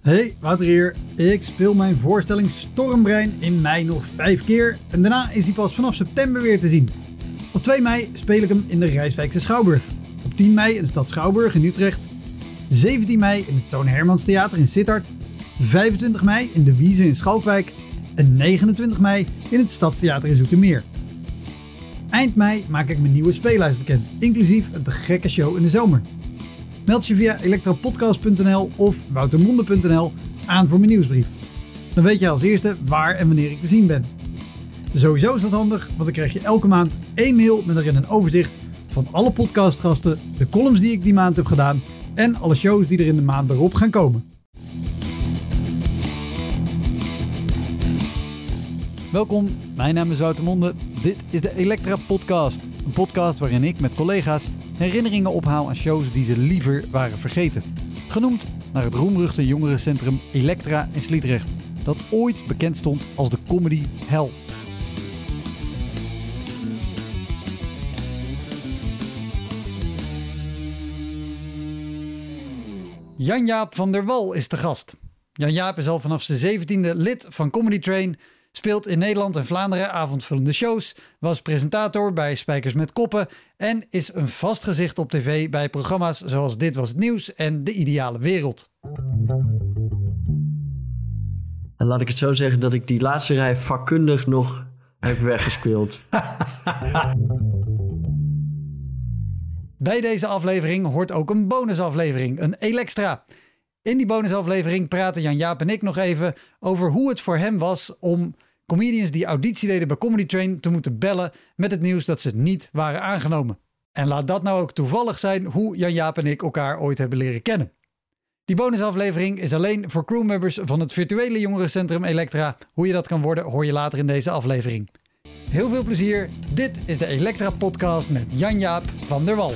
Hey, Wouter hier. Ik speel mijn voorstelling Stormbrein in mei nog 5 keer en daarna is hij pas vanaf september weer te zien. Op 2 mei speel ik hem in de Rijswijkse Schouwburg. Op 10 mei in de stad Schouwburg in Utrecht. 17 mei in het Toon Hermans Theater in Sittard. 25 mei in de Wieze in Schalkwijk. En 29 mei in het Stadstheater in Zoetermeer. Eind mei maak ik mijn nieuwe speellijst bekend, inclusief een te gekke show in de zomer. Meld je via elektrapodcast.nl of woutermonde.nl aan voor mijn nieuwsbrief. Dan weet je als eerste waar en wanneer ik te zien ben. Sowieso is dat handig, want dan krijg je elke maand 1 mail met erin een overzicht van alle podcastgasten, de columns die ik die maand heb gedaan en alle shows die er in de maand erop gaan komen. Welkom, mijn naam is Wouter Monde. Dit is de Elektra Podcast. Een podcast waarin ik met collega's herinneringen ophaal aan shows die ze liever waren vergeten. Genoemd naar het roemruchte jongerencentrum Elektra in Sliedrecht, dat ooit bekend stond als de comedy hell. Jan-Jaap van der Wal is de gast. Jan-Jaap is al vanaf zijn 17e lid van Comedy Train, speelt in Nederland en Vlaanderen avondvullende shows, was presentator bij Spijkers met Koppen en is een vast gezicht op tv bij programma's zoals Dit Was Het Nieuws en De Ideale Wereld. En laat ik het zo zeggen dat ik die laatste rij vakkundig nog heb weggespeeld. Bij deze aflevering hoort ook een bonusaflevering, een Elektra. In die bonusaflevering praten Jan-Jaap en ik nog even over hoe het voor hem was om comedians die auditie deden bij Comedy Train te moeten bellen met het nieuws dat ze niet waren aangenomen. En laat dat nou ook toevallig zijn hoe Jan-Jaap en ik elkaar ooit hebben leren kennen. Die bonusaflevering is alleen voor crewmembers van het virtuele jongerencentrum Elektra. Hoe je dat kan worden hoor je later in deze aflevering. Heel veel plezier, dit is de Elektra Podcast met Jan-Jaap van der Wal.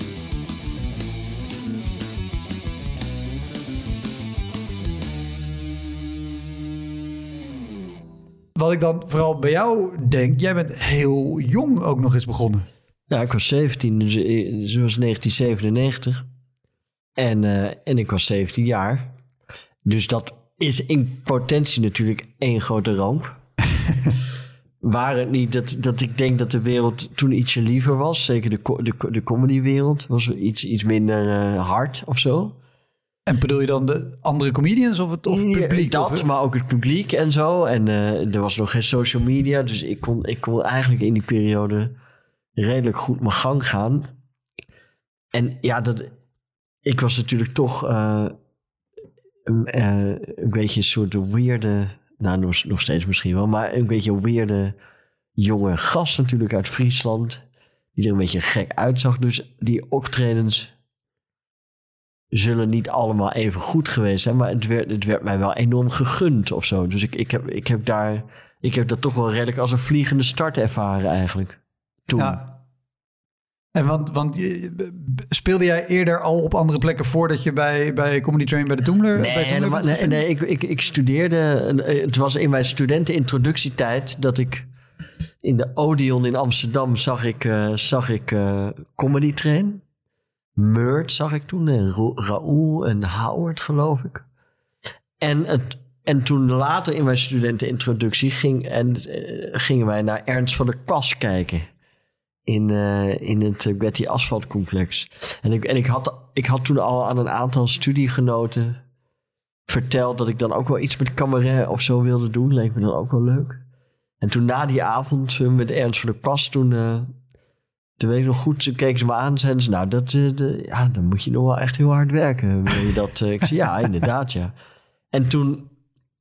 Wat ik dan vooral bij jou denk, jij bent heel jong ook nog eens begonnen. Ja, ik was 17, dus het was 1997. En ik was 17 jaar. Dus dat is in potentie natuurlijk één grote ramp. Waar het niet dat ik denk dat de wereld toen ietsje liever was. Zeker de comedywereld was iets minder hard of zo. En bedoel je dan de andere comedians of het publiek? Ja, dat, maar ook het publiek en zo. En er was nog geen social media. Dus ik kon eigenlijk in die periode redelijk goed mijn gang gaan. En ja, ik was natuurlijk toch een beetje een soort weirde... Nou, nog steeds misschien wel. Maar een beetje een weirde jonge gast natuurlijk uit Friesland. Die er een beetje gek uitzag. Dus die optredens zullen niet allemaal even goed geweest zijn. Maar het werd mij wel enorm gegund of zo. Dus ik heb dat toch wel redelijk als een vliegende start ervaren eigenlijk. Toen. Ja. En want speelde jij eerder al op andere plekken voordat je bij Comedy Train bij de Toemler? Nee, ik studeerde. Het was in mijn studentenintroductietijd dat ik in de Odeon in Amsterdam zag ik Comedy Train. Meurt zag ik toen en Raoul en Howard geloof ik. En toen later in mijn studentenintroductie gingen wij naar Ernst van der Kwast kijken. In het Betty Asphalt complex. En ik had toen al aan een aantal studiegenoten verteld dat ik dan ook wel iets met cabaret of zo wilde doen. Leek me dan ook wel leuk. En toen na die avond met Ernst van der Kwast, toen weet ik nog goed, toen keken ze me aan en zeiden ze, nou, dan moet je nog wel echt heel hard werken. Wil je dat? Ik zei, ja, inderdaad, ja. En toen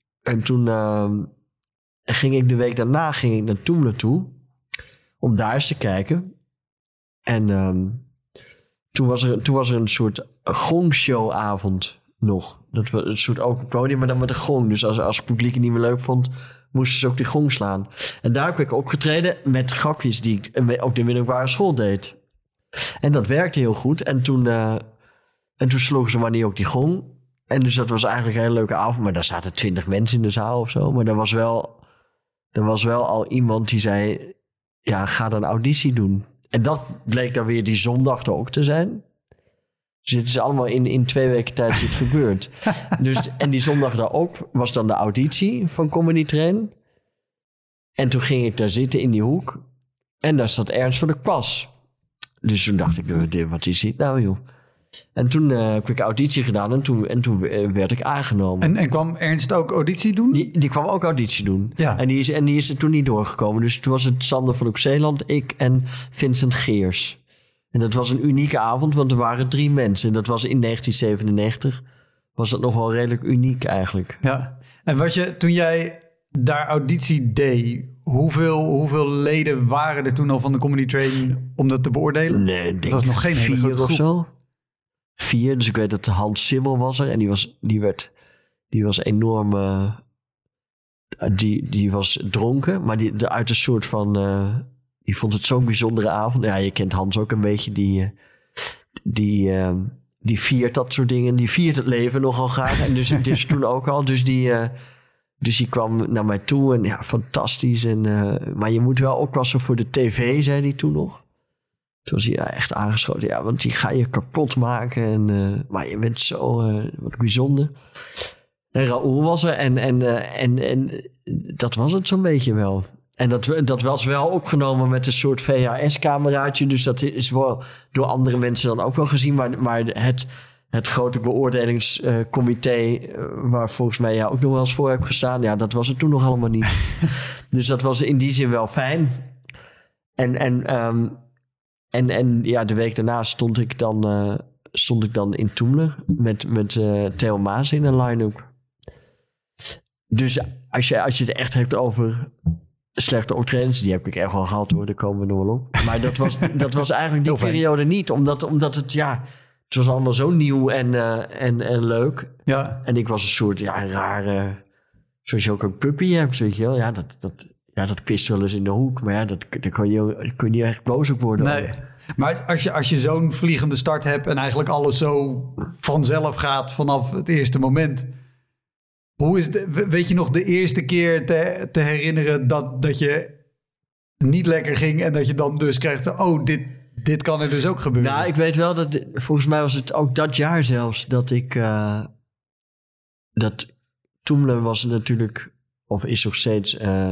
ging ik de week daarna naar Toemler toe, om daar eens te kijken. En toen was er een soort gongshowavond nog. Dat was een soort open podium, maar dan met een gong. Dus als het publiek het niet meer leuk vond, moesten ze ook die gong slaan. En daar heb ik opgetreden met grapjes die ik op de middelbare school deed. En dat werkte heel goed. En toen sloegen ze maar niet ook die gong. En dus dat was eigenlijk een hele leuke avond. Maar daar zaten 20 mensen in de zaal of zo. Maar er was wel al iemand die zei, ja, ga dan auditie doen. En dat bleek dan weer die zondag er ook te zijn. Dus het is allemaal in 2 weken tijd is het gebeurd. Dus, en die zondag daarop was dan de auditie van Comedy Train. En toen ging ik daar zitten in die hoek. En daar zat Ernst van der Pas. Dus toen dacht ik, wat is dit nou joh? En toen heb ik auditie gedaan en toen werd ik aangenomen. En kwam Ernst ook auditie doen? Die kwam ook auditie doen. Ja. En die is er toen niet doorgekomen. Dus toen was het Sander van Oek-Zeeland, ik en Vincent Geers. En dat was een unieke avond, want er waren 3 mensen. En dat was in 1997. Was dat nog wel redelijk uniek eigenlijk. Ja. En toen jij daar auditie deed, hoeveel leden waren er toen al van de Comedy Train om dat te beoordelen? Nee, ik denk dat was nog geen hele grote groep. of zo. 4, dus ik weet dat Hans Simmel was er. En die was enorm... die was dronken, maar uit een soort van... die vond het zo'n bijzondere avond. Ja, je kent Hans ook een beetje. Die viert dat soort dingen. Die viert het leven nogal graag. En dus toen ook al. Dus die kwam naar mij toe. En ja, fantastisch. Maar je moet wel oppassen voor de tv, zei hij toen nog. Toen was hij echt aangeschoten. Ja, want die ga je kapot maken. Maar je bent zo wat bijzonder. En Raoul was er. En dat was het zo'n beetje wel. En dat was wel opgenomen met een soort VHS-cameraatje. Dus dat is wel door andere mensen dan ook wel gezien. Maar het grote beoordelingscomité... waar volgens mij ook nog wel eens voor heb gestaan... ja, dat was het toen nog allemaal niet. Dus dat was in die zin wel fijn. En ja, de week daarna stond ik dan in Toemler... met Theo Maas in een line-up. Dus als je het echt hebt over... slechte optredens, die heb ik echt wel gehad hoor, daar komen we nog wel op. Maar dat was eigenlijk die periode niet, omdat het, ja, het was allemaal zo nieuw en leuk. Ja. En ik was een soort, ja, rare, zoals je ook een puppy hebt, weet je wel. Ja, dat pist wel eens in de hoek, maar ja, daar kun je niet echt boos op worden. Nee, maar als je zo'n vliegende start hebt en eigenlijk alles zo vanzelf gaat vanaf het eerste moment... Hoe is weet je nog de eerste keer te herinneren dat je niet lekker ging... en dat je dan dus krijgt, dit kan er dus ook gebeuren? Nou, ik weet wel dat, volgens mij was het ook dat jaar zelfs... dat ik, dat Toemler was natuurlijk, of is nog steeds...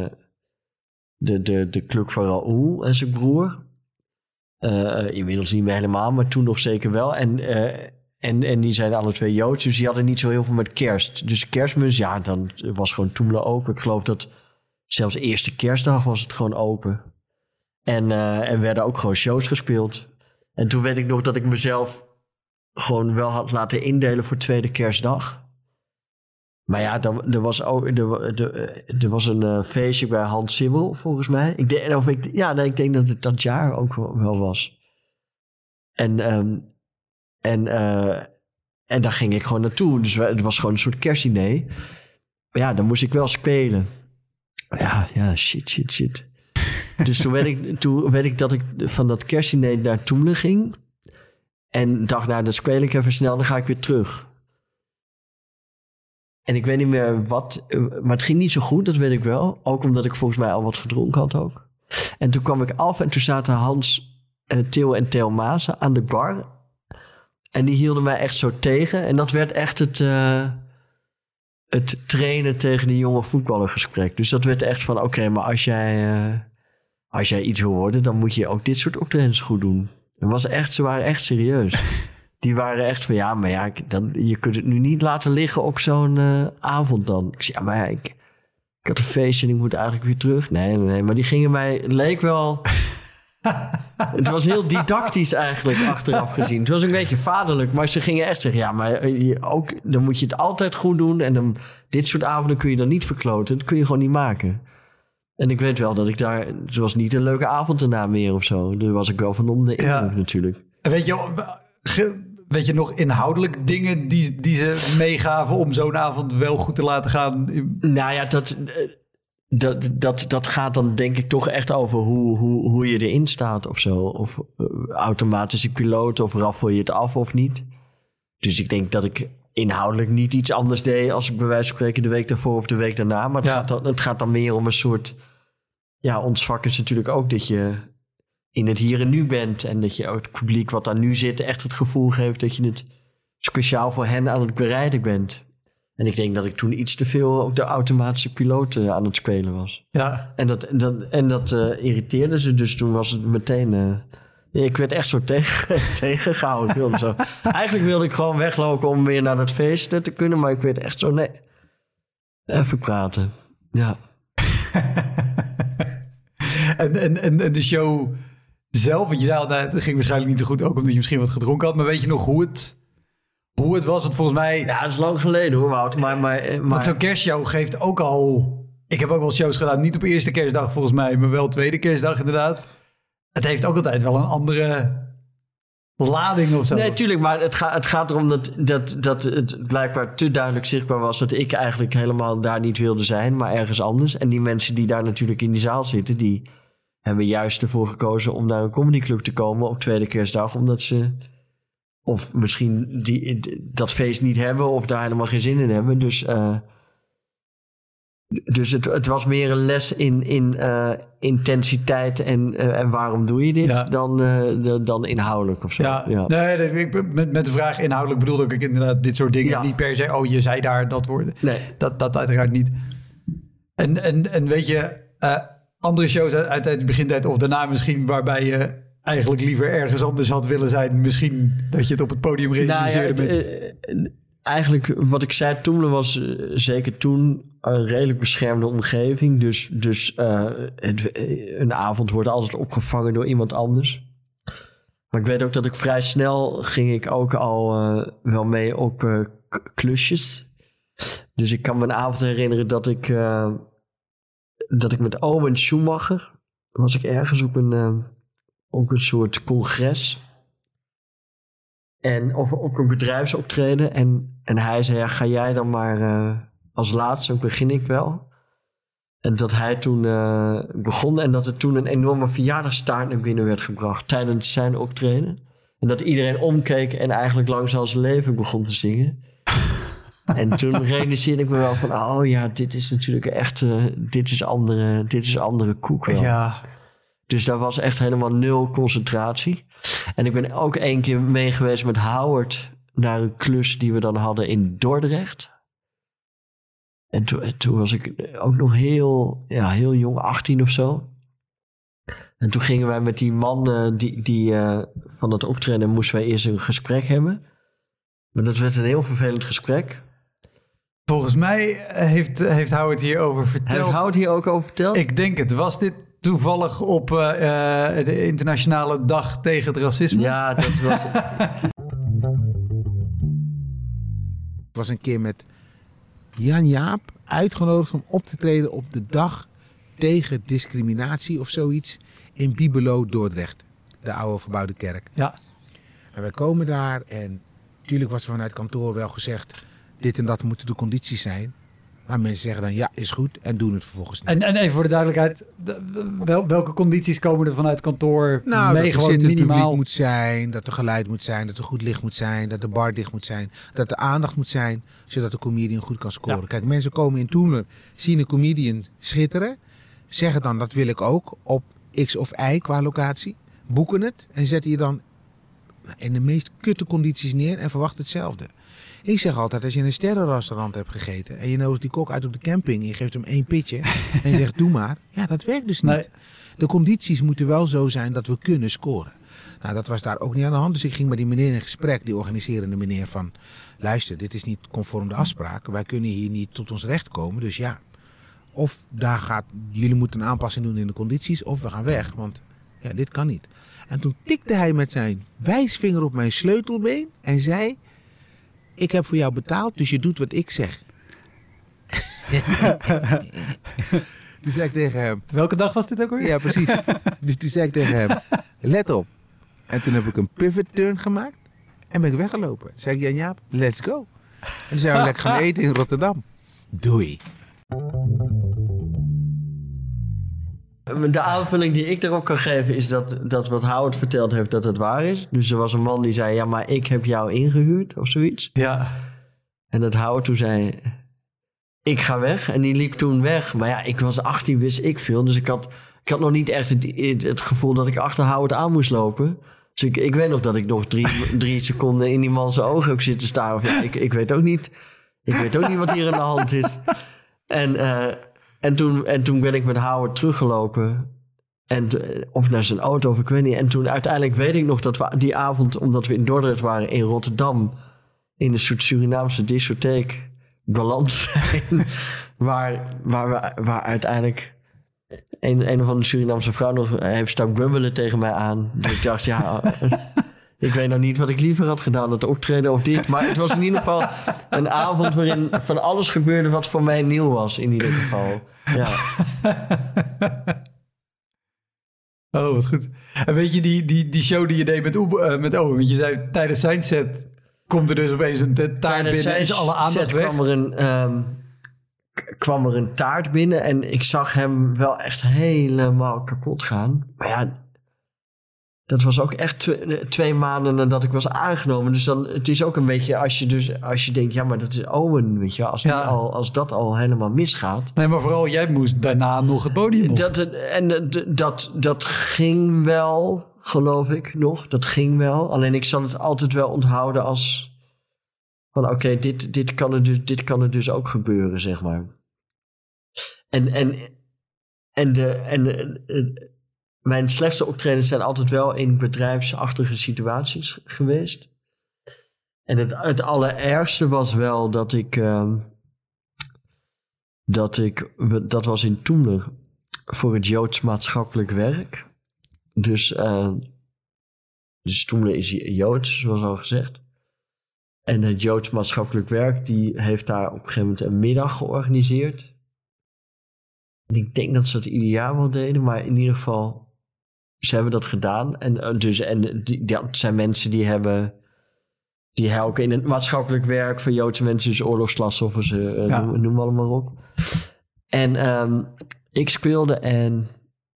de club van Raoul en zijn broer. Inmiddels niet meer helemaal, maar toen nog zeker wel. En die zijn alle 2 Joods, dus die hadden niet zo heel veel met kerst. Dus Kerstmis, ja, dan was gewoon Toemler open. Ik geloof dat zelfs de eerste kerstdag was het gewoon open. En werden ook gewoon shows gespeeld. En toen weet ik nog dat ik mezelf gewoon wel had laten indelen voor tweede kerstdag. Maar ja, er was een feestje bij Hans Simmel, volgens mij. Ik denk dat het dat jaar ook wel was. En daar ging ik gewoon naartoe. Dus het was gewoon een soort kerstdiner. Maar ja, dan moest ik wel spelen. Ja, shit. Dus toen weet ik dat ik van dat kerstdiner naar Toemler ging. En dacht, nou, dan speel ik even snel, dan ga ik weer terug. En ik weet niet meer wat, maar het ging niet zo goed, dat weet ik wel. Ook omdat ik volgens mij al wat gedronken had ook. En toen kwam ik af en toen zaten Hans, Theo en Theo Maas aan de bar... En die hielden mij echt zo tegen. En dat werd echt het trainen tegen die jonge voetballergesprek. Dus dat werd echt van, oké, maar als jij iets wil worden... dan moet je ook dit soort optredens goed doen. Ze waren echt serieus. Die waren echt van, ja, maar ja, je kunt het nu niet laten liggen op zo'n avond dan. Ik zei, ja, maar ja, ik had een feestje en ik moet eigenlijk weer terug. Nee, maar die gingen mij, leek wel... Het was heel didactisch eigenlijk achteraf gezien. Het was een beetje vaderlijk, maar ze gingen echt zeggen... ja, maar dan moet je het altijd goed doen... en dan, dit soort avonden kun je dan niet verkloten. Dat kun je gewoon niet maken. En ik weet wel dat ik daar... het was niet een leuke avond daarna meer of zo. Daar was ik wel van onder de indruk natuurlijk. En weet je nog inhoudelijk dingen die ze meegaven... om zo'n avond wel goed te laten gaan? Nou ja, dat gaat dan denk ik toch echt over hoe je erin staat of zo. Of automatische piloot of raffel je het af of niet. Dus ik denk dat ik inhoudelijk niet iets anders deed... als ik bij wijze van spreken de week daarvoor of de week daarna. Maar het gaat dan meer om een soort... Ja, ons vak is natuurlijk ook dat je in het hier en nu bent. En dat je ook het publiek wat daar nu zit echt het gevoel geeft dat je het speciaal voor hen aan het bereiden bent. En ik denk dat ik toen iets te veel ook de automatische piloot aan het spelen was. Ja. En dat irriteerde ze. Dus toen was het meteen... ik werd echt zo tegengehouden. Zo. Eigenlijk wilde ik gewoon weglopen om weer naar dat feest te kunnen. Maar ik werd echt zo... Nee, even praten. Ja. en de show zelf, want je zei al, dat ging waarschijnlijk niet zo goed, ook omdat je misschien wat gedronken had. Maar weet je nog hoe het was? Want volgens mij... Ja, dat is lang geleden hoor, Wout. Maar zo'n kerstshow geeft ook al... Ik heb ook wel shows gedaan, niet op eerste kerstdag volgens mij, maar wel tweede kerstdag inderdaad. Het heeft ook altijd wel een andere lading of zo. Nee, tuurlijk, maar het gaat erom dat het blijkbaar te duidelijk zichtbaar was dat ik eigenlijk helemaal daar niet wilde zijn, maar ergens anders. En die mensen die daar natuurlijk in die zaal zitten, die hebben juist ervoor gekozen om naar een comedyclub te komen op tweede kerstdag, omdat ze of misschien dat feest niet hebben of daar helemaal geen zin in hebben. Dus het was meer een les in intensiteit en waarom doe je dit dan inhoudelijk of zo. Ja. Nee, met de vraag inhoudelijk bedoelde ik inderdaad dit soort dingen. Ja. Niet per se, je zei daar dat woord. Nee. Dat uiteraard niet. En weet je, andere shows uit de begintijd of daarna misschien waarbij je eigenlijk liever ergens anders had willen zijn. Misschien dat je het op het podium realiseerde eigenlijk wat ik zei, Toemelen was zeker toen een redelijk beschermde omgeving. Dus een avond wordt altijd opgevangen door iemand anders. Maar ik weet ook dat ik vrij snel ging ik ook al wel mee op klusjes. Dus ik kan me een avond herinneren dat ik met Owen Schumacher was ik ergens op een soort congres. Of op een bedrijfsoptreden. En hij zei, ja, ga jij dan maar als laatste, dan begin ik wel. En dat hij toen begon en dat er toen een enorme verjaardagstaart naar binnen werd gebracht tijdens zijn optreden. En dat iedereen omkeek en eigenlijk langzaam zijn leven begon te zingen. En toen realiseerde ik me wel van, dit is natuurlijk echt, dit is andere koek wel. Ja. Dus daar was echt helemaal nul concentratie. En ik ben ook 1 keer mee geweest met Howard naar een klus die we dan hadden in Dordrecht. En toen was ik ook nog heel jong, 18 of zo. En toen gingen wij met die man die van het optreden moesten wij eerst een gesprek hebben. Maar dat werd een heel vervelend gesprek. Volgens mij heeft Howard hierover verteld. Heeft Howard hier ook over verteld? Ik denk het. Was dit toevallig op de internationale dag tegen het racisme? Ja, dat was... Ik was een keer met Jan Jaap uitgenodigd om op te treden op de dag tegen discriminatie of zoiets in Bibelo, Dordrecht. De oude verbouwde kerk. Ja. En wij komen daar en natuurlijk was er vanuit kantoor wel gezegd, dit en dat moeten de condities zijn. Maar mensen zeggen dan ja, is goed en doen het vervolgens niet. En even voor de duidelijkheid, welke condities komen er vanuit kantoor mee? Dat gewoon er minimaal publiek moet zijn, dat er geluid moet zijn, dat er goed licht moet zijn, dat de bar dicht moet zijn, dat er aandacht moet zijn, zodat de comedian goed kan scoren. Ja. Kijk, mensen komen in Toemler, zien een comedian schitteren, zeggen dan dat wil ik ook op X of Y qua locatie, boeken het en zetten je dan in de meest kutte condities neer en verwacht hetzelfde. Ik zeg altijd, als je in een sterrenrestaurant hebt gegeten en je nodigt die kok uit op de camping en je geeft hem 1 pitje en je zegt doe maar. Ja, dat werkt dus niet. Nee. De condities moeten wel zo zijn dat we kunnen scoren. Nou, dat was daar ook niet aan de hand. Dus ik ging met die meneer in gesprek, die organiserende meneer van, luister, dit is niet conform de afspraak. Wij kunnen hier niet tot ons recht komen. Dus ja, of jullie moeten een aanpassing doen in de condities of we gaan weg. Want ja, dit kan niet. En toen tikte hij met zijn wijsvinger op mijn sleutelbeen en zei, ik heb voor jou betaald, dus je doet wat ik zeg. Toen zei ik tegen hem... Welke dag was dit ook weer? Ja, precies. Dus toen zei ik tegen hem, let op. En toen heb ik een pivot turn gemaakt en ben ik weggelopen. Toen zei ik, Jan Jaap, let's go. En toen zijn we lekker gaan eten in Rotterdam. Doei. De aanvulling die ik erop kan geven is dat wat Howard verteld heeft, dat het waar is. Dus er was een man die zei, ja, maar ik heb jou ingehuurd of zoiets. Ja. En dat Howard toen zei, ik ga weg. En die liep toen weg. Maar ja, ik was 18, wist ik veel. Dus ik Ik had nog niet echt het gevoel dat ik achterhoudend aan moest lopen. Dus ik weet nog dat ik nog 3 seconden in die man zijn ogen ook zit te staren. Of ja, ik weet ook niet. Ik weet ook niet wat hier aan de hand is. En toen ben ik met Howard teruggelopen. Of naar zijn auto, of ik weet niet. En toen uiteindelijk weet ik nog dat we die avond, omdat we in Dordrecht waren in Rotterdam, in een soort Surinaamse discotheek balans zijn. waar uiteindelijk een of andere Surinaamse vrouw nog heeft staan grummelen tegen mij aan. Dus ik dacht, ik weet nou niet wat ik liever had gedaan, dat optreden of dit. Maar het was in ieder geval een avond waarin van alles gebeurde wat voor mij nieuw was, in ieder geval. Ja. Oh, wat goed. En weet je, die show die je deed met Owen, want je zei tijdens zijn set komt er dus opeens een taart binnen en is alle aandacht weg. Kwam er een taart binnen en ik zag hem wel echt helemaal kapot gaan. Maar ja, dat was ook echt 2 maanden nadat ik was aangenomen. Dus dan, het is ook een beetje als je denkt, ja, maar dat is Owen, weet je. Als dat al helemaal misgaat. Nee, maar vooral jij moest daarna nog het podium op. Dat ging wel, geloof ik nog. Dat ging wel. Alleen ik zal het altijd wel onthouden als van oké, dit kan er dus ook gebeuren, zeg maar. Mijn slechtste optredens zijn altijd wel in bedrijfsachtige situaties geweest. En het allerergste was wel dat was in Toemler voor het Joods maatschappelijk werk. Dus Toemler is Joods, zoals al gezegd. En het Joods maatschappelijk werk, die heeft daar op een gegeven moment een middag georganiseerd. En ik denk dat ze dat ieder jaar wel deden, maar in ieder geval, ze hebben dat gedaan. Dat zijn mensen die helpen in het maatschappelijk werk van Joodse mensen, dus oorlogsslachtoffers, noem allemaal op. En ik speelde en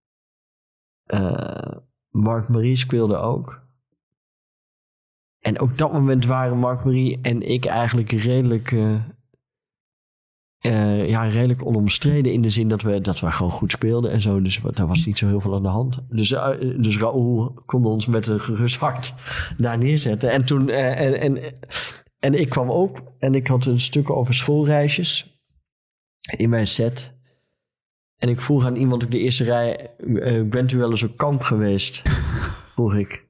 Mark Marie speelde ook. En op dat moment waren Mark Marie en ik eigenlijk redelijk onomstreden in de zin dat we gewoon goed speelden en zo. Dus daar was niet zo heel veel aan de hand. Dus Raoul kon ons met een gerust hart daar neerzetten. En toen en ik kwam op en ik had een stuk over schoolreisjes in mijn set. En ik vroeg aan iemand op de eerste rij, bent u wel eens op kamp geweest? Vroeg ik.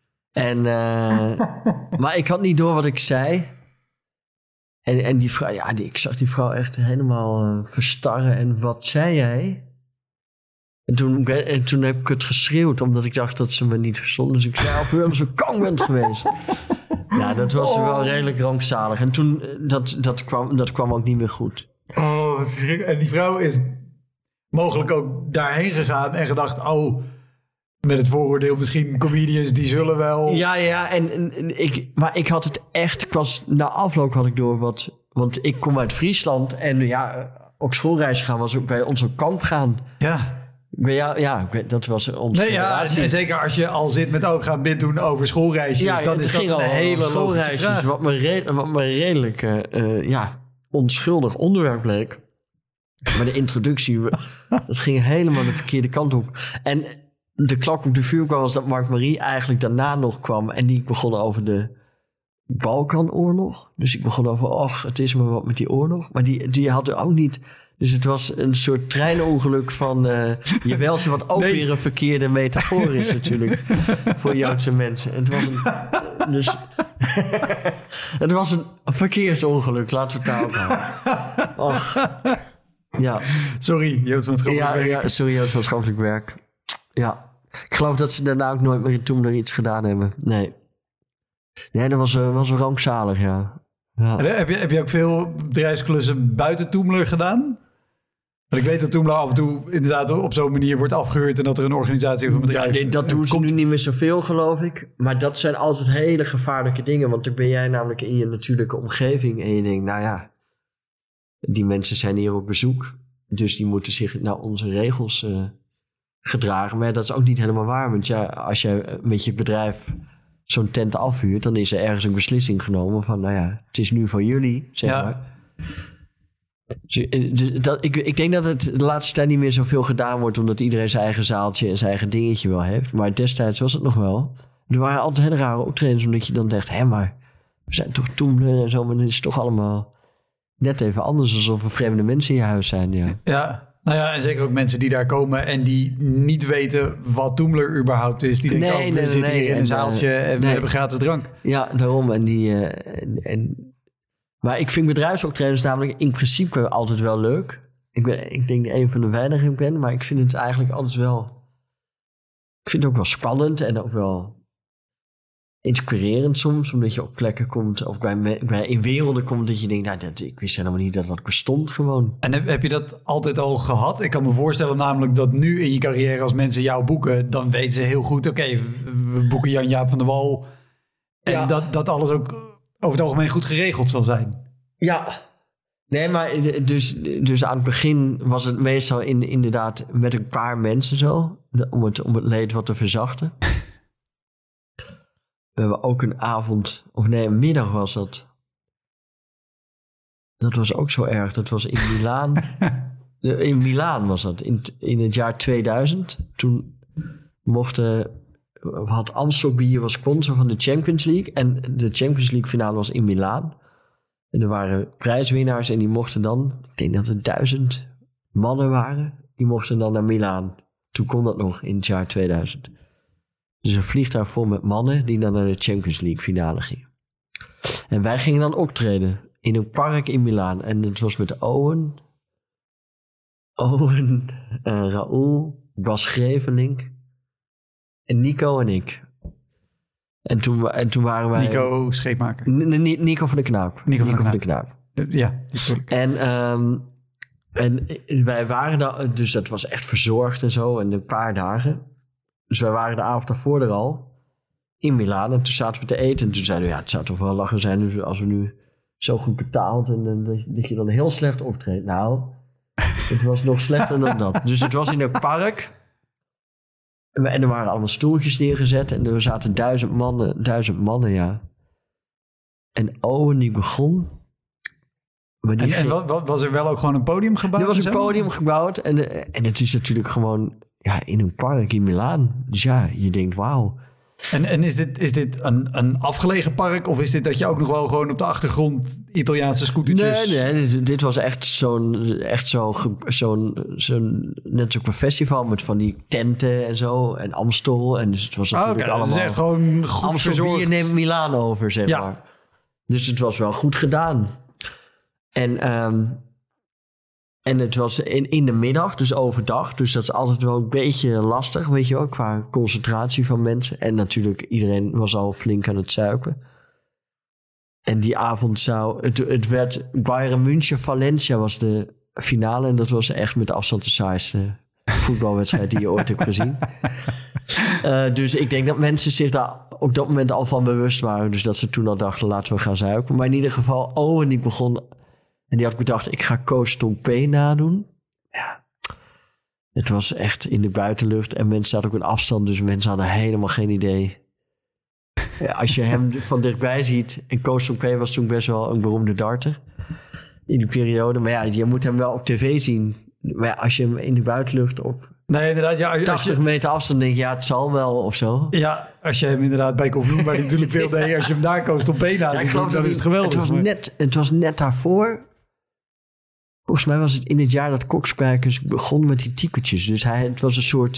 Maar ik had niet door wat ik zei. En die vrouw, ik zag die vrouw echt helemaal verstarren. En wat zei jij? En toen heb ik het geschreeuwd, omdat ik dacht dat ze me niet verstond. Dus ik zei, of u wel eens op kamp bent geweest. Ja, dat was wel redelijk rampzalig. En toen, dat kwam ook niet meer goed. Oh, wat verschrikkelijk. En die vrouw is mogelijk ook daarheen gegaan en gedacht, met het vooroordeel misschien comedians, die zullen wel... Ja, maar ik had het echt... Na afloop had ik door want ik kom uit Friesland en ook schoolreis gaan was ook bij ons op kamp gaan. Ja. Dat was onze generatie. En zeker als je al zit met ook gaan doen over schoolreisjes, dan is dat een hele schoolreisjes vraag. Wat me redelijk onschuldig onderwerp bleek. Maar de introductie, dat ging helemaal de verkeerde kant op. En de klok op de vuur kwam was dat Mark Marie eigenlijk daarna nog kwam. En die begon over de Balkanoorlog. Dus ik begon over, het is maar wat met die oorlog. Maar die had er ook niet. Dus het was een soort treinongeluk van... jawel, wat ook weer een verkeerde metafoor is natuurlijk. Voor Joodse mensen. En het was een verkeersongeluk. Laten we het daarop houden. Ja. Sorry, Joods maatschappelijk werk. Ja, sorry, Joods maatschappelijk werk. Ja. Ik geloof dat ze daarna ook nooit meer toen er iets gedaan hebben. Nee, dat was wel rampzalig, ja. Heb je ook veel bedrijfsklussen buiten Toemler gedaan? Want ik weet dat Toemler af en toe inderdaad op zo'n manier wordt afgehuurd en dat er een organisatie of een bedrijf... Ja, dat doen ze nu niet meer zoveel, geloof ik. Maar dat zijn altijd hele gevaarlijke dingen. Want dan ben jij namelijk in je natuurlijke omgeving en je denkt, die mensen zijn hier op bezoek. Dus die moeten zich naar onze regels gedragen. Maar dat is ook niet helemaal waar. Want als je met je bedrijf zo'n tent afhuurt, dan is er ergens een beslissing genomen van, het is nu voor jullie, zeg maar. Ik denk dat het de laatste tijd niet meer zoveel gedaan wordt, omdat iedereen zijn eigen zaaltje en zijn eigen dingetje wel heeft. Maar destijds was het nog wel. Er waren altijd hele rare optredens, omdat je dan dacht, hé, maar we zijn toch Toemler en zo, maar het is toch allemaal net even anders, alsof er vreemde mensen in je huis zijn. Ja. Ja, nou ja, en zeker ook mensen die daar komen en die niet weten wat Toemler überhaupt is. Die denken, we zitten hier in een zaaltje en we hebben gratis drank. Ja, daarom. Maar ik vind bedrijfsoptredens namelijk in principe altijd wel leuk. Ik denk dat een van de weinigen ik ben, maar ik vind het eigenlijk altijd wel... Ik vind het ook wel spannend en ook wel inspirerend soms, omdat je op plekken komt of in werelden komt dat je denkt, nou, ik wist helemaal niet dat dat bestond gewoon. En heb je dat altijd al gehad? Ik kan me voorstellen namelijk dat nu in je carrière als mensen jou boeken, dan weten ze heel goed, oké, we boeken Jan-Jaap van der Wal en dat alles ook over het algemeen goed geregeld zal zijn. Ja. Nee, maar dus aan het begin was het meestal inderdaad met een paar mensen zo, om het leed wat te verzachten. We hebben ook een middag was dat. Dat was ook zo erg. Dat was in Milaan. In Milaan was dat. In het jaar 2000. Toen had Amstel Bier was sponsor van de Champions League. En de Champions League finale was in Milaan. En er waren prijswinnaars en die mochten dan, ik denk dat er 1000 mannen waren. Die mochten dan naar Milaan. Toen kon dat nog in het jaar 2000. Dus een vliegtuig vol met mannen die dan naar de Champions League finale gingen. En wij gingen dan optreden in een park in Milaan. En het was met Owen, Raoul, Bas Grevelink en Nico en ik. En toen waren wij... Nico Scheepmaker. Nico van de Knaap. Nico van de Knaap. Ja, natuurlijk. En wij waren daar, dus dat was echt verzorgd en zo. En een paar dagen... Dus wij waren de avond daarvoor er al in Milaan. En toen zaten we te eten. En toen zeiden we, het zou toch wel lachen zijn dus als we nu zo goed betaald en dat je dan heel slecht optreedt. Nou, het was nog slechter dan dat. Dus het was in een park. En er waren allemaal stoeltjes neergezet. En er zaten 1000 mannen, ja. En Owen die begon. Maar was er wel ook gewoon een podium gebouwd? Er was een podium gebouwd. En het is natuurlijk gewoon... Ja, in een park in Milaan. Dus ja, je denkt, wauw. En is dit een afgelegen park? Of is dit dat je ook nog wel gewoon op de achtergrond Italiaanse scootertjes... Nee, dit was echt zo'n net zo'n festival met van die tenten en zo. En Amstel. En dus het was natuurlijk allemaal... Het is echt gewoon goed Amstel verzorgd. Bier neemt Milaan over, zeg maar. Dus het was wel goed gedaan. En het was in de middag, dus overdag. Dus dat is altijd wel een beetje lastig, weet je wel, qua concentratie van mensen. En natuurlijk, iedereen was al flink aan het zuipen. En die avond het werd Bayern München Valencia was de finale. En dat was echt met afstand de saaiste voetbalwedstrijd die je ooit hebt gezien. Dus ik denk dat mensen zich daar op dat moment al van bewust waren. Dus dat ze toen al dachten, laten we gaan zuipen. Maar in ieder geval, Owen die begon... En die had bedacht, ik ga Koos Tompé nadoen. Ja, het was echt in de buitenlucht. En mensen zaten ook een afstand, dus mensen hadden helemaal geen idee. Ja, als je hem van dichtbij ziet... En Koos Tompé was toen best wel een beroemde darter. In die periode. Maar ja, je moet hem wel op tv zien. Maar ja, als je hem in de buitenlucht op... Nee, inderdaad. Ja, 80 meter afstand denk je, ja, het zal wel of zo. Ja, als je hem inderdaad bij Kof waar hij natuurlijk veel deed. Als je hem daar Koos Tompé naast ziet, dan is het geweldig. Het was net daarvoor... Volgens mij was het in het jaar dat Kokspijkers begon met die typetjes. Dus hij was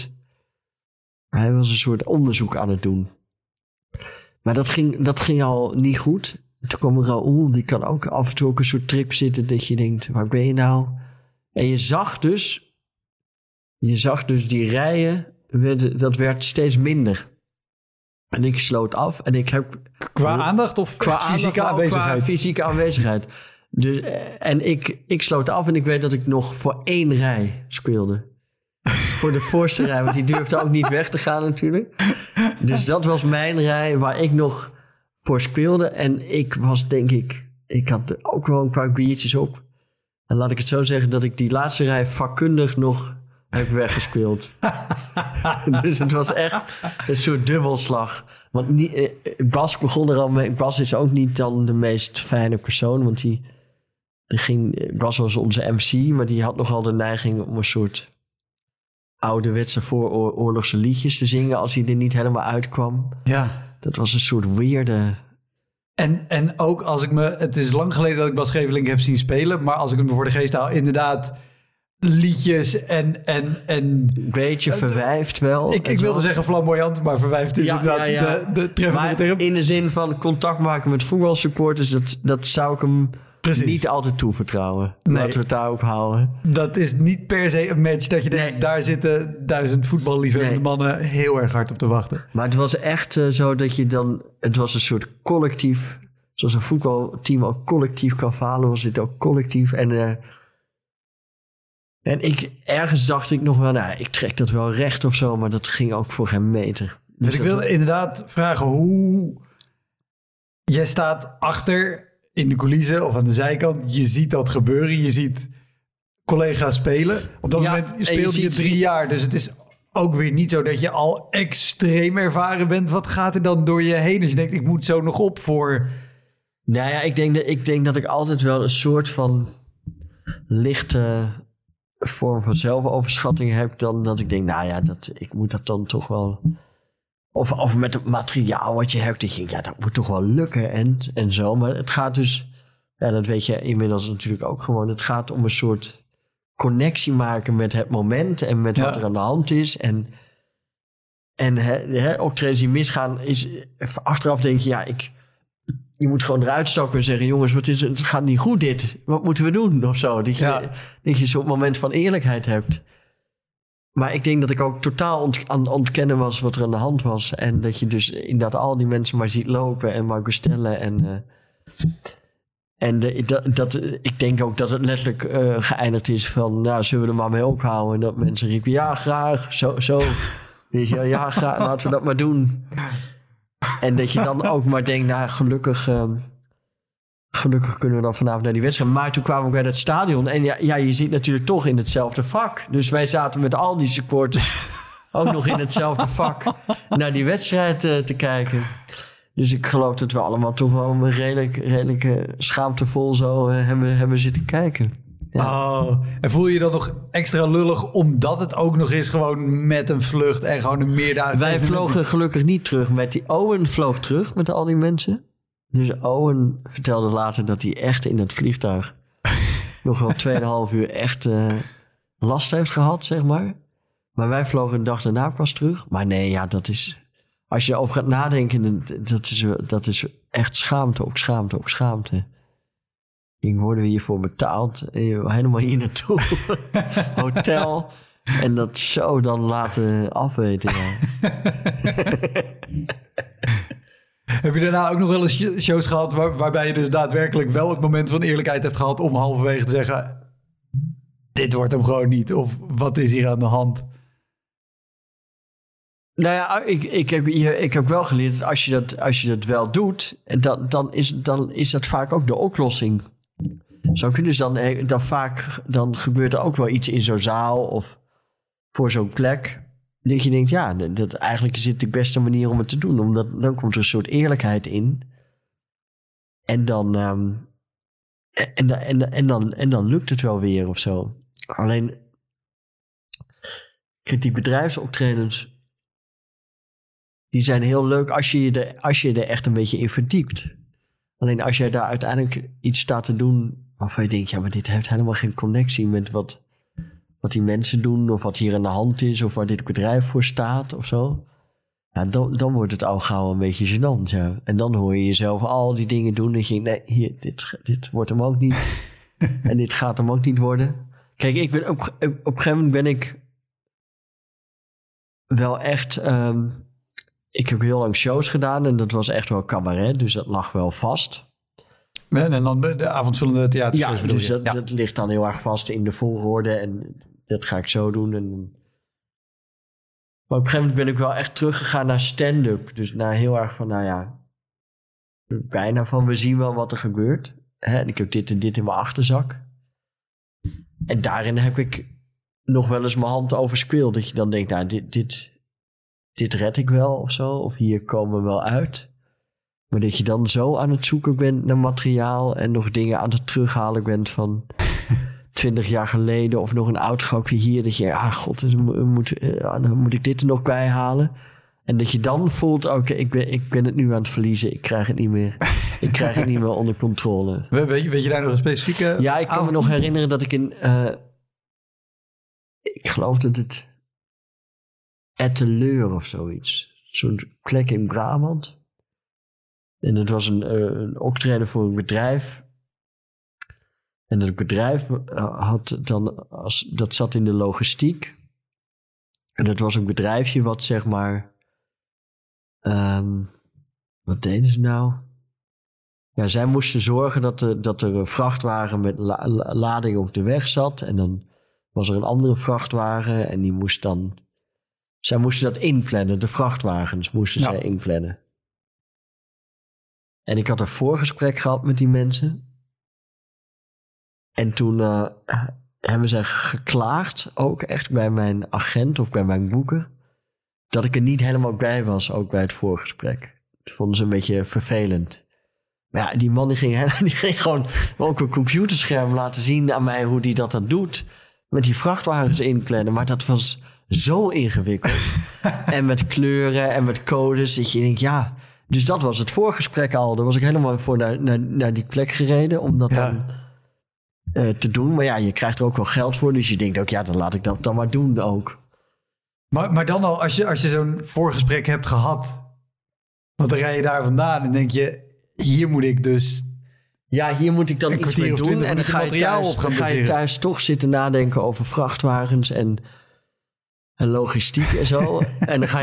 een soort onderzoek aan het doen. Maar dat ging al niet goed. Toen kwam Raoul, die kan ook af en toe ook een soort trip zitten dat je denkt, waar ben je nou? En je zag dus die rijen, dat werd steeds minder. En ik sloot af en ik heb... Qua aandacht of qua fysieke aanwezigheid? Qua fysieke aanwezigheid. Dus, en ik sloot af en ik weet dat ik nog voor 1 rij speelde. Voor de voorste rij, want die durfde ook niet weg te gaan natuurlijk. Dus dat was mijn rij waar ik nog voor speelde. En ik was denk ik had ook wel een paar biertjes op. En laat ik het zo zeggen dat ik die laatste rij vakkundig nog heb weggespeeld. Dus het was echt een soort dubbelslag. Want Bas begon er al mee. Bas is ook niet dan de meest fijne persoon, want die was wel eens onze MC, maar die had nogal de neiging om een soort ouderwetse vooroorlogse liedjes te zingen als hij er niet helemaal uitkwam. Ja. Dat was een soort weirde... En ook als ik het is lang geleden dat ik Bas Gevelink heb zien spelen, maar als ik hem voor de geest haal, inderdaad liedjes en beetje verwijfd wel. Ik wilde zeggen flamboyant, maar verwijfd is inderdaad de treffende term. In de zin van contact maken met voetbalsupporters, dat zou ik hem niet altijd toevertrouwen. Nee. Laten we het daarop houden. Dat is niet per se een match dat je denkt, daar zitten 1000 voetballiefhebbende mannen heel erg hard op te wachten. Maar het was echt zo dat je dan... Het was een soort collectief. Zoals een voetbalteam ook collectief kan falen, was dit ook collectief. En ergens dacht ik nog wel, ik trek dat wel recht of zo, maar dat ging ook voor geen meter. Dus ik wilde inderdaad vragen hoe... Jij staat achter in de coulissen of aan de zijkant. Je ziet dat gebeuren. Je ziet collega's spelen. Op dat moment speelde je 3 jaar. Dus het is ook weer niet zo dat je al extreem ervaren bent. Wat gaat er dan door je heen? Dus je denkt, ik moet zo nog op voor... Nou ja, ik denk dat ik altijd wel een soort van lichte vorm van zelfoverschatting heb. Dan dat ik denk, ik moet dat dan toch wel... Of met het materiaal wat je hebt, dat je denkt, dat moet toch wel lukken en zo. Maar het gaat dus, dat weet je inmiddels natuurlijk ook gewoon. Het gaat om een soort connectie maken met het moment en met wat er aan de hand is. En optredens die misgaan, achteraf denk je, je moet gewoon eruit stappen en zeggen, jongens, het gaat niet goed dit. Wat moeten we doen of zo? Dat je zo'n moment van eerlijkheid hebt. Maar ik denk dat ik ook totaal aan het ontkennen was wat er aan de hand was. En dat je dus inderdaad al die mensen maar ziet lopen en maar bestellen. Ik denk ook dat het letterlijk geëindigd is van... zullen we er maar mee ophouden? En dat mensen riepen, ja, graag. Zo. Weet je, ja, graag, laten we dat maar doen. En dat je dan ook maar denkt, gelukkig kunnen we dan vanavond naar die wedstrijd. Maar toen kwamen we bij dat stadion. En je zit natuurlijk toch in hetzelfde vak. Dus wij zaten met al die supporters ook nog in hetzelfde vak naar die wedstrijd te kijken. Dus ik geloof dat we allemaal toch wel redelijk schaamtevol zo hebben zitten kijken. Ja. Oh, en voel je je dan nog extra lullig omdat het ook nog is gewoon met een vlucht en gewoon een meerdaagse... Wij vlogen gelukkig niet terug met die... Owen vloog terug met al die mensen. Dus Owen vertelde later dat hij echt in het vliegtuig nog wel 2,5 uur echt last heeft gehad, zeg maar. Maar wij vlogen de dag daarna pas terug. Maar nee, dat is... Als je erover gaat nadenken, dat is echt schaamte op schaamte op schaamte. Worden we hiervoor betaald? Helemaal hier naartoe. Hotel. En dat zo dan laten afweten. Heb je daarna ook nog wel eens shows gehad waarbij je dus daadwerkelijk wel het moment van eerlijkheid hebt gehad om halverwege te zeggen, dit wordt hem gewoon niet, of wat is hier aan de hand? Nou ja, ik heb wel geleerd dat als je dat wel doet, dan is dat vaak ook de oplossing. Zo kun je dus dan gebeurt er ook wel iets in zo'n zaal of voor zo'n plek. Dat je denkt, dat eigenlijk is dit de beste manier om het te doen. Omdat dan komt er een soort eerlijkheid in. En dan lukt het wel weer of zo. Alleen, die bedrijfsoptredens, die zijn heel leuk als je er echt een beetje in verdiept. Alleen als jij daar uiteindelijk iets staat te doen waarvan je denkt, maar dit heeft helemaal geen connectie met wat die mensen doen, of wat hier aan de hand is, of waar dit bedrijf voor staat, of zo. Ja, dan wordt het al gauw een beetje gênant, ja. En dan hoor je jezelf al die dingen doen, dat je denkt, nee, dit wordt hem ook niet. En dit gaat hem ook niet worden. Kijk, ik ben op een gegeven moment ben ik wel echt... ik heb heel lang shows gedaan en dat was echt wel cabaret, dus dat lag wel vast. En dan de avondvullende theatershows bedoel je? Dus dat ligt dan heel erg vast in de volgorde en dat ga ik zo doen. Maar op een gegeven moment ben ik wel echt teruggegaan naar stand-up. Dus naar heel erg van, bijna van we zien wel wat er gebeurt. En ik heb dit en dit in mijn achterzak. En daarin heb ik nog wel eens mijn hand overspeeld. Dat je dan denkt, dit red ik wel of zo. Of hier komen we wel uit. Maar dat je dan zo aan het zoeken bent naar materiaal en nog dingen aan het terughalen bent van 20 jaar geleden of nog een oud grapje hier. Dat je, god, dan moet ik dit er nog bij halen. En dat je dan voelt, oké, ik ben het nu aan het verliezen. Ik krijg het niet meer onder controle. Weet je daar nog een specifieke... Ja, ik kan me nog herinneren dat ik ik geloof dat het Etteleur of zoiets. Zo'n plek in Brabant. En het was een optreden voor een bedrijf. En dat bedrijf had dan, dat zat in de logistiek. En dat was een bedrijfje wat zeg maar... wat deden ze nou? Ja, zij moesten zorgen dat er een vrachtwagen met lading op de weg zat. En dan was er een andere vrachtwagen en die moest dan... Zij moesten dat inplannen, de vrachtwagens moesten zij inplannen. En ik had een voorgesprek gehad met die mensen. En toen hebben zij geklaagd, ook echt bij mijn agent of bij mijn boeker, dat ik er niet helemaal bij was, ook bij het voorgesprek. Dat vonden ze een beetje vervelend. Maar ja, die man die ging gewoon ook een computerscherm laten zien aan mij hoe die dat dan doet. Met die vrachtwagens inplannen. Maar dat was zo ingewikkeld. En met kleuren en met codes. Dat je denkt, ja. Dus dat was het voorgesprek al. Daar was ik helemaal voor naar die plek gereden. Om dat dan te doen. Maar ja, je krijgt er ook wel geld voor. Dus je denkt ook, ja, dan laat ik dat dan maar doen ook. Maar dan al, als je zo'n voorgesprek hebt gehad. Want dan rij je daar vandaan en denk je, hier moet ik dus... Ja, hier moet ik dan iets mee doen. En dan ga je thuis toch zitten nadenken over vrachtwagens en logistiek en zo. En dan ga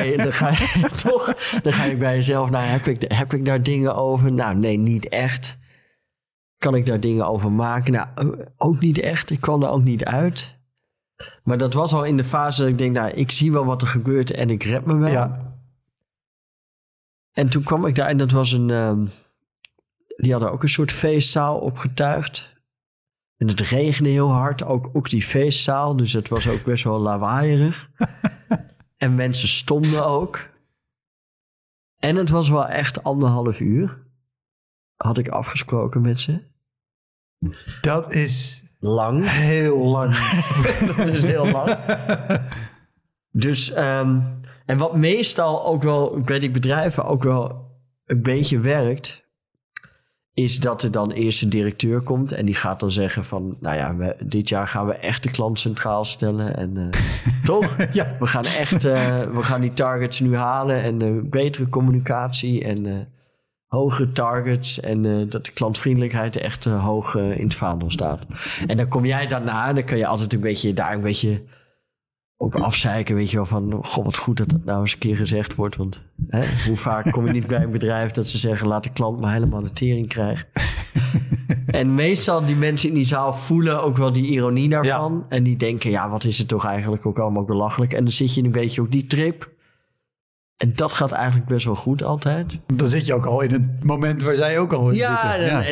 je bij jezelf, nou, heb ik daar dingen over? Nou, nee, niet echt. Kan ik daar dingen over maken? Nou, ook niet echt. Ik kwam er ook niet uit. Maar dat was al in de fase dat ik denk, nou, ik zie wel wat er gebeurt en ik red me wel. Ja. En toen kwam ik daar en dat was die hadden ook een soort feestzaal opgetuigd. En het regende heel hard, ook die feestzaal. Dus het was ook best wel lawaaierig. En mensen stonden ook. En het was wel echt 1,5 uur. Had ik afgesproken met ze. Dat is... lang. Heel lang. Dat is heel lang. Dus, en wat meestal ook wel bij die bedrijven ook wel een beetje werkt, is dat er dan eerst een directeur komt en die gaat dan zeggen van, nou ja, dit jaar gaan we echt de klant centraal stellen en toch? Ja. We gaan echt, we gaan die targets nu halen en betere communicatie en hogere targets en dat de klantvriendelijkheid echt hoog in het vaandel staat. En dan kom jij daarna en dan kan je altijd een beetje ook afzeiken, weet je wel, van goh, wat goed dat dat nou eens een keer gezegd wordt. Want hoe vaak kom je niet bij een bedrijf dat ze zeggen, laat de klant maar helemaal de tering krijgen. En meestal die mensen in die zaal voelen ook wel die ironie daarvan. Ja. En die denken, ja, wat is het toch eigenlijk ook allemaal belachelijk. En dan zit je een beetje op die trip. En dat gaat eigenlijk best wel goed altijd. Dan zit je ook al in het moment waar zij ook al in zitten. Ja,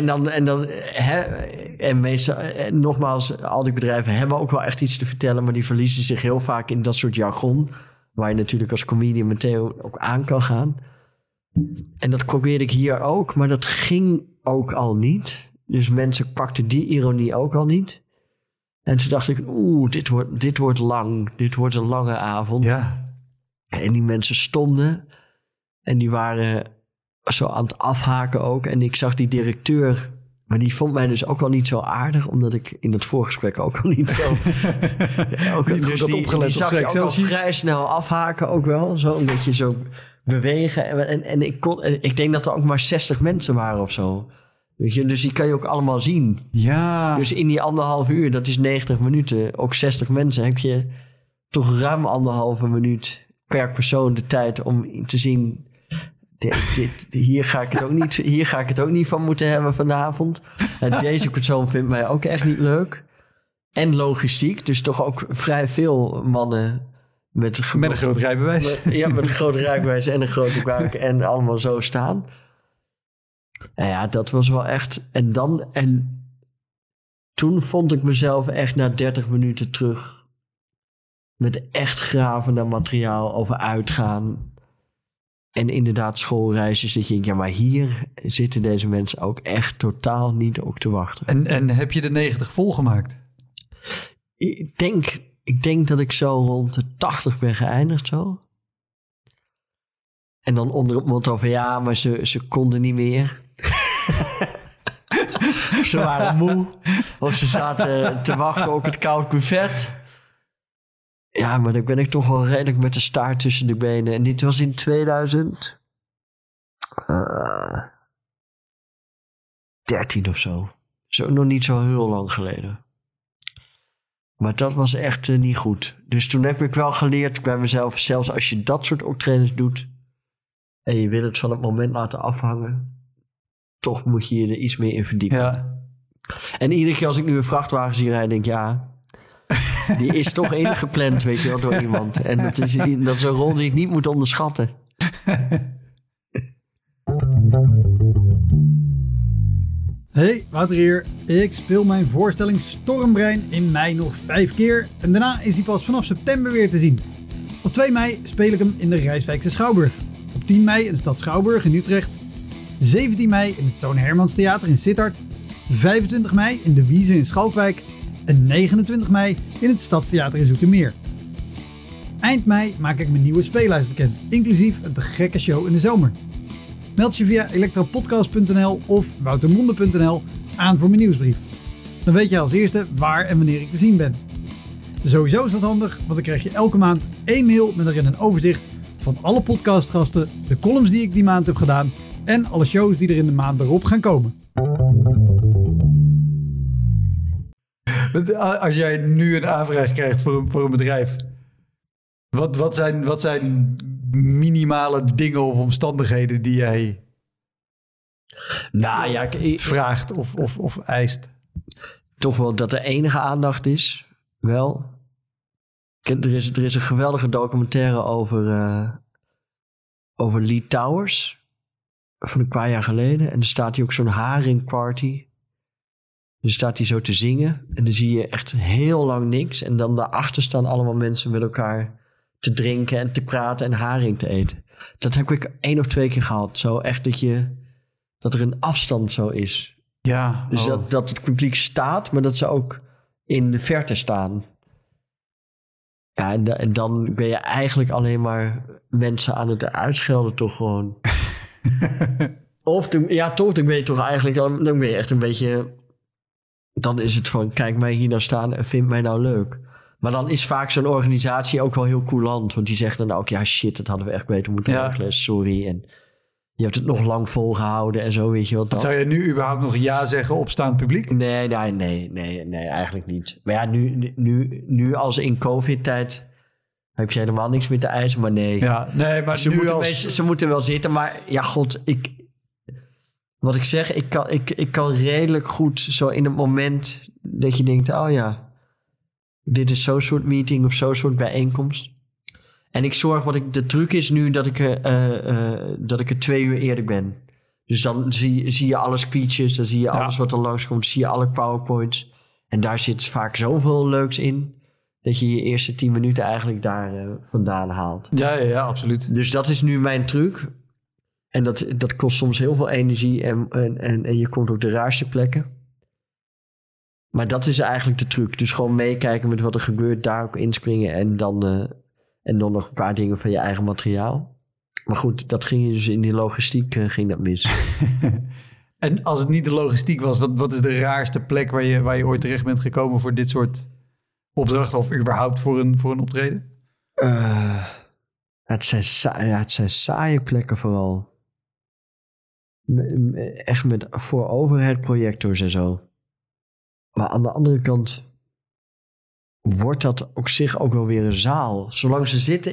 en meestal, nogmaals, al die bedrijven hebben ook wel echt iets te vertellen, maar die verliezen zich heel vaak in dat soort jargon, waar je natuurlijk als comedian meteen ook aan kan gaan. En dat probeerde ik hier ook, maar dat ging ook al niet. Dus mensen pakten die ironie ook al niet. En toen dacht ik, dit wordt lang. Dit wordt een lange avond. Ja. En die mensen stonden en die waren zo aan het afhaken ook. En ik zag die directeur, maar die vond mij dus ook al niet zo aardig, omdat ik in het voorgesprek ook al niet zo... dus die zag je ook al vrij snel afhaken ook wel. Zo een beetje zo bewegen. En ik denk dat er ook maar 60 mensen waren of zo. Weet je, dus die kan je ook allemaal zien. Ja. Dus in die 1,5 uur, dat is 90 minuten, ook 60 mensen, heb je toch ruim 1,5 minuut per persoon de tijd om te zien, hier ga ik het ook niet van moeten hebben vanavond. En deze persoon vindt mij ook echt niet leuk. En logistiek, dus toch ook vrij veel mannen met een groot rijbewijs. Met een groot rijbewijs en een grote buik en allemaal zo staan. Nou ja, dat was wel echt. En toen vond ik mezelf echt na 30 minuten terug met echt graven naar materiaal over uitgaan. En inderdaad schoolreisjes. Dat je denkt, ja, maar hier zitten deze mensen ook echt totaal niet op te wachten. En heb je de 90 volgemaakt? Ik denk dat ik zo rond de 80 ben geëindigd zo. En dan onder het motto van ja, maar ze konden niet meer. Ze waren moe. Of ze zaten te wachten op het koud buffet. Ja, maar dan ben ik toch wel redelijk met de staart tussen de benen. En dit was in 2013 of zo. Nog niet zo heel lang geleden. Maar dat was echt niet goed. Dus toen heb ik wel geleerd bij mezelf, zelfs als je dat soort optredens doet en je wil het van het moment laten afhangen, toch moet je je er iets meer in verdiepen. Ja. En iedere keer als ik nu een vrachtwagen zie rijden, denk ik, ja, die is toch ingepland, weet je wel, door iemand. En dat is een rol die ik niet moet onderschatten. Hey, Wouter hier. Ik speel mijn voorstelling Stormbrein in mei nog 5 keer. En daarna is hij pas vanaf september weer te zien. Op 2 mei speel ik hem in de Rijswijkse Schouwburg. Op 10 mei in de stad Schouwburg in Utrecht. 17 mei in het Toon Hermans Theater in Sittard. 25 mei in de Wiese in Schalkwijk. En 29 mei in het Stadstheater in Zoetermeer. Eind mei maak ik mijn nieuwe speellijst bekend, inclusief een te gekke show in de zomer. Meld je via elektropodcast.nl of woutermonde.nl aan voor mijn nieuwsbrief. Dan weet je als eerste waar en wanneer ik te zien ben. Sowieso is dat handig, want dan krijg je elke maand 1 mail met erin een overzicht van alle podcastgasten, de columns die ik die maand heb gedaan en alle shows die er in de maand erop gaan komen. Als jij nu een aanvraag krijgt voor een bedrijf, wat zijn minimale dingen of omstandigheden die jij vraagt of eist? Toch wel dat er enige aandacht is. Wel. Er is een geweldige documentaire over Lee Towers. Van een paar jaar geleden. En er staat hier ook zo'n haringparty. Dan staat hij zo te zingen. En dan zie je echt heel lang niks. En dan daarachter staan allemaal mensen met elkaar te drinken en te praten en haring te eten. Dat heb ik 1 of 2 keer gehad. Zo echt dat er een afstand zo is. Ja. Dus dat het publiek staat, maar dat ze ook in de verte staan. Ja, en dan ben je eigenlijk alleen maar mensen aan het uitschelden toch gewoon. Dan ben je toch eigenlijk, dan ben je echt een beetje, dan is het van, kijk mij hier nou staan en vind mij nou leuk. Maar dan is vaak zo'n organisatie ook wel heel coulant. Want die zegt dan ook, ja shit, dat hadden we echt beter moeten regelen. Sorry. En je hebt het nog lang volgehouden en zo, weet je wat. Zou je nu überhaupt nog ja zeggen op staand publiek? Nee, eigenlijk niet. Maar ja, nu als in COVID-tijd heb je helemaal niks meer te eisen, maar nee. Ja, nee, maar ze moeten wel zitten, maar ja, god, wat ik zeg, ik kan redelijk goed zo in het moment dat je denkt, oh ja, dit is zo'n soort meeting of zo'n soort bijeenkomst. En ik zorg, de truc is nu dat ik er 2 uur eerder ben. Dus dan zie je alle speeches, dan zie je alles wat er langskomt, zie je alle PowerPoints. En daar zit vaak zoveel leuks in, dat je je eerste 10 minuten eigenlijk daar vandaan haalt. Ja, absoluut. Dus dat is nu mijn truc. En dat kost soms heel veel energie en je komt op de raarste plekken. Maar dat is eigenlijk de truc. Dus gewoon meekijken met wat er gebeurt, daar ook inspringen en dan nog een paar dingen van je eigen materiaal. Maar goed, dat ging dus in die logistiek ging dat mis. En als het niet de logistiek was, wat is de raarste plek waar je ooit terecht bent gekomen voor dit soort opdrachten of überhaupt voor een optreden? Het zijn saaie plekken vooral. Echt voor overhead-projectors en zo. Maar aan de andere kant wordt dat op zich ook wel weer een zaal. Zolang ze zitten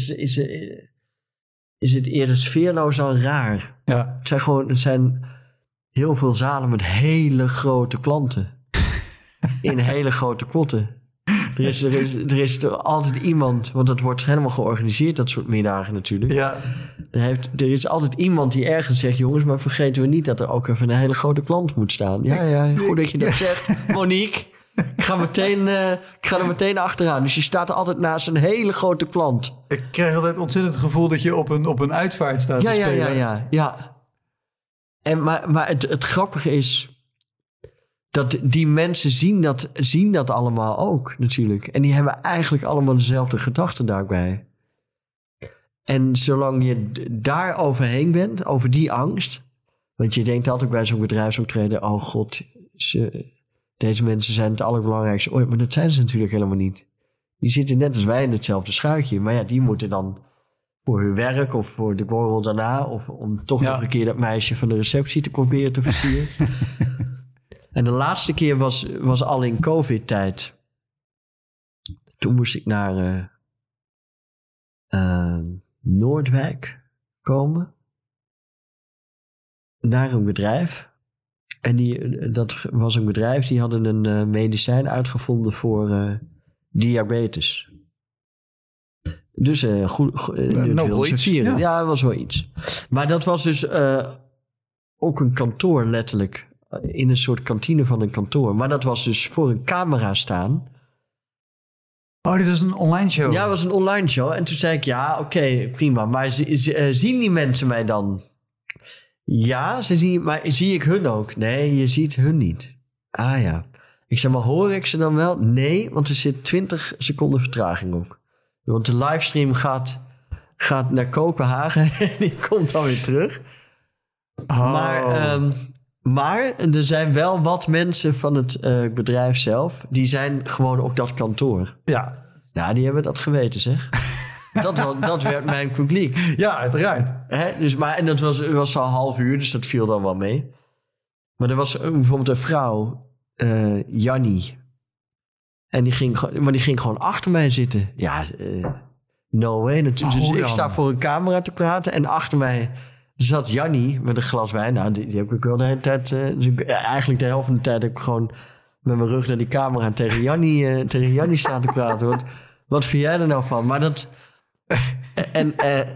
is het eerder sfeerloos dan raar. Ja. Het zijn heel veel zalen met hele grote klanten. In hele grote potten. Er is er altijd iemand, want dat wordt helemaal georganiseerd, dat soort middagen natuurlijk. Ja. Er is altijd iemand die ergens zegt, jongens, maar vergeten we niet dat er ook even een hele grote klant moet staan. Ja, goed dat je dat zegt, Monique. Ik ga er meteen achteraan. Dus je staat er altijd naast een hele grote klant. Ik krijg altijd ontzettend het gevoel dat je op een uitvaart staat te spelen. Ja. Maar het grappige is dat die mensen zien dat allemaal ook natuurlijk. En die hebben eigenlijk allemaal dezelfde gedachten daarbij. En zolang je daar overheen bent, over die angst. Want je denkt altijd bij zo'n bedrijfsoptreden, oh god, deze mensen zijn het allerbelangrijkste ooit. Maar dat zijn ze natuurlijk helemaal niet. Die zitten net als wij in hetzelfde schuitje. Maar ja, die moeten dan voor hun werk of voor de borrel daarna, of om toch nog een keer dat meisje van de receptie te proberen te versieren. En de laatste keer was al in COVID-tijd. Toen moest ik naar Noordwijk komen. Naar een bedrijf. En dat was een bedrijf die hadden een medicijn uitgevonden voor diabetes. Dus wilden ze vieren. Ja, dat was wel iets. Maar dat was dus ook een kantoor letterlijk. In een soort kantine van een kantoor. Maar dat was dus voor een camera staan. Oh, dit was een online show? Ja, het was een online show. En toen zei ik, ja, oké, prima. Maar zien die mensen mij dan? Ja, maar zie ik hun ook? Nee, je ziet hun niet. Ah ja. Ik zeg, maar hoor ik ze dan wel? Nee, want er zit 20 seconden vertraging op. Want de livestream gaat naar Kopenhagen en die komt dan weer terug. Oh. Maar er zijn wel wat mensen van het bedrijf zelf. Die zijn gewoon op dat kantoor. Ja. Nou, die hebben dat geweten, zeg. dat werd mijn publiek. Ja, uiteraard. Dus, en dat was al 1,5 uur, dus dat viel dan wel mee. Maar er was bijvoorbeeld een vrouw, Jannie. En die ging gewoon achter mij zitten. Ja, no way. Dus ik sta voor een camera te praten en achter mij zat Jannie met een glas wijn. Nou, die heb ik wel de hele tijd... eigenlijk de helft van de tijd heb ik gewoon met mijn rug naar die camera tegen Jannie staan te praten. Wat vind jij er nou van? Maar dat... En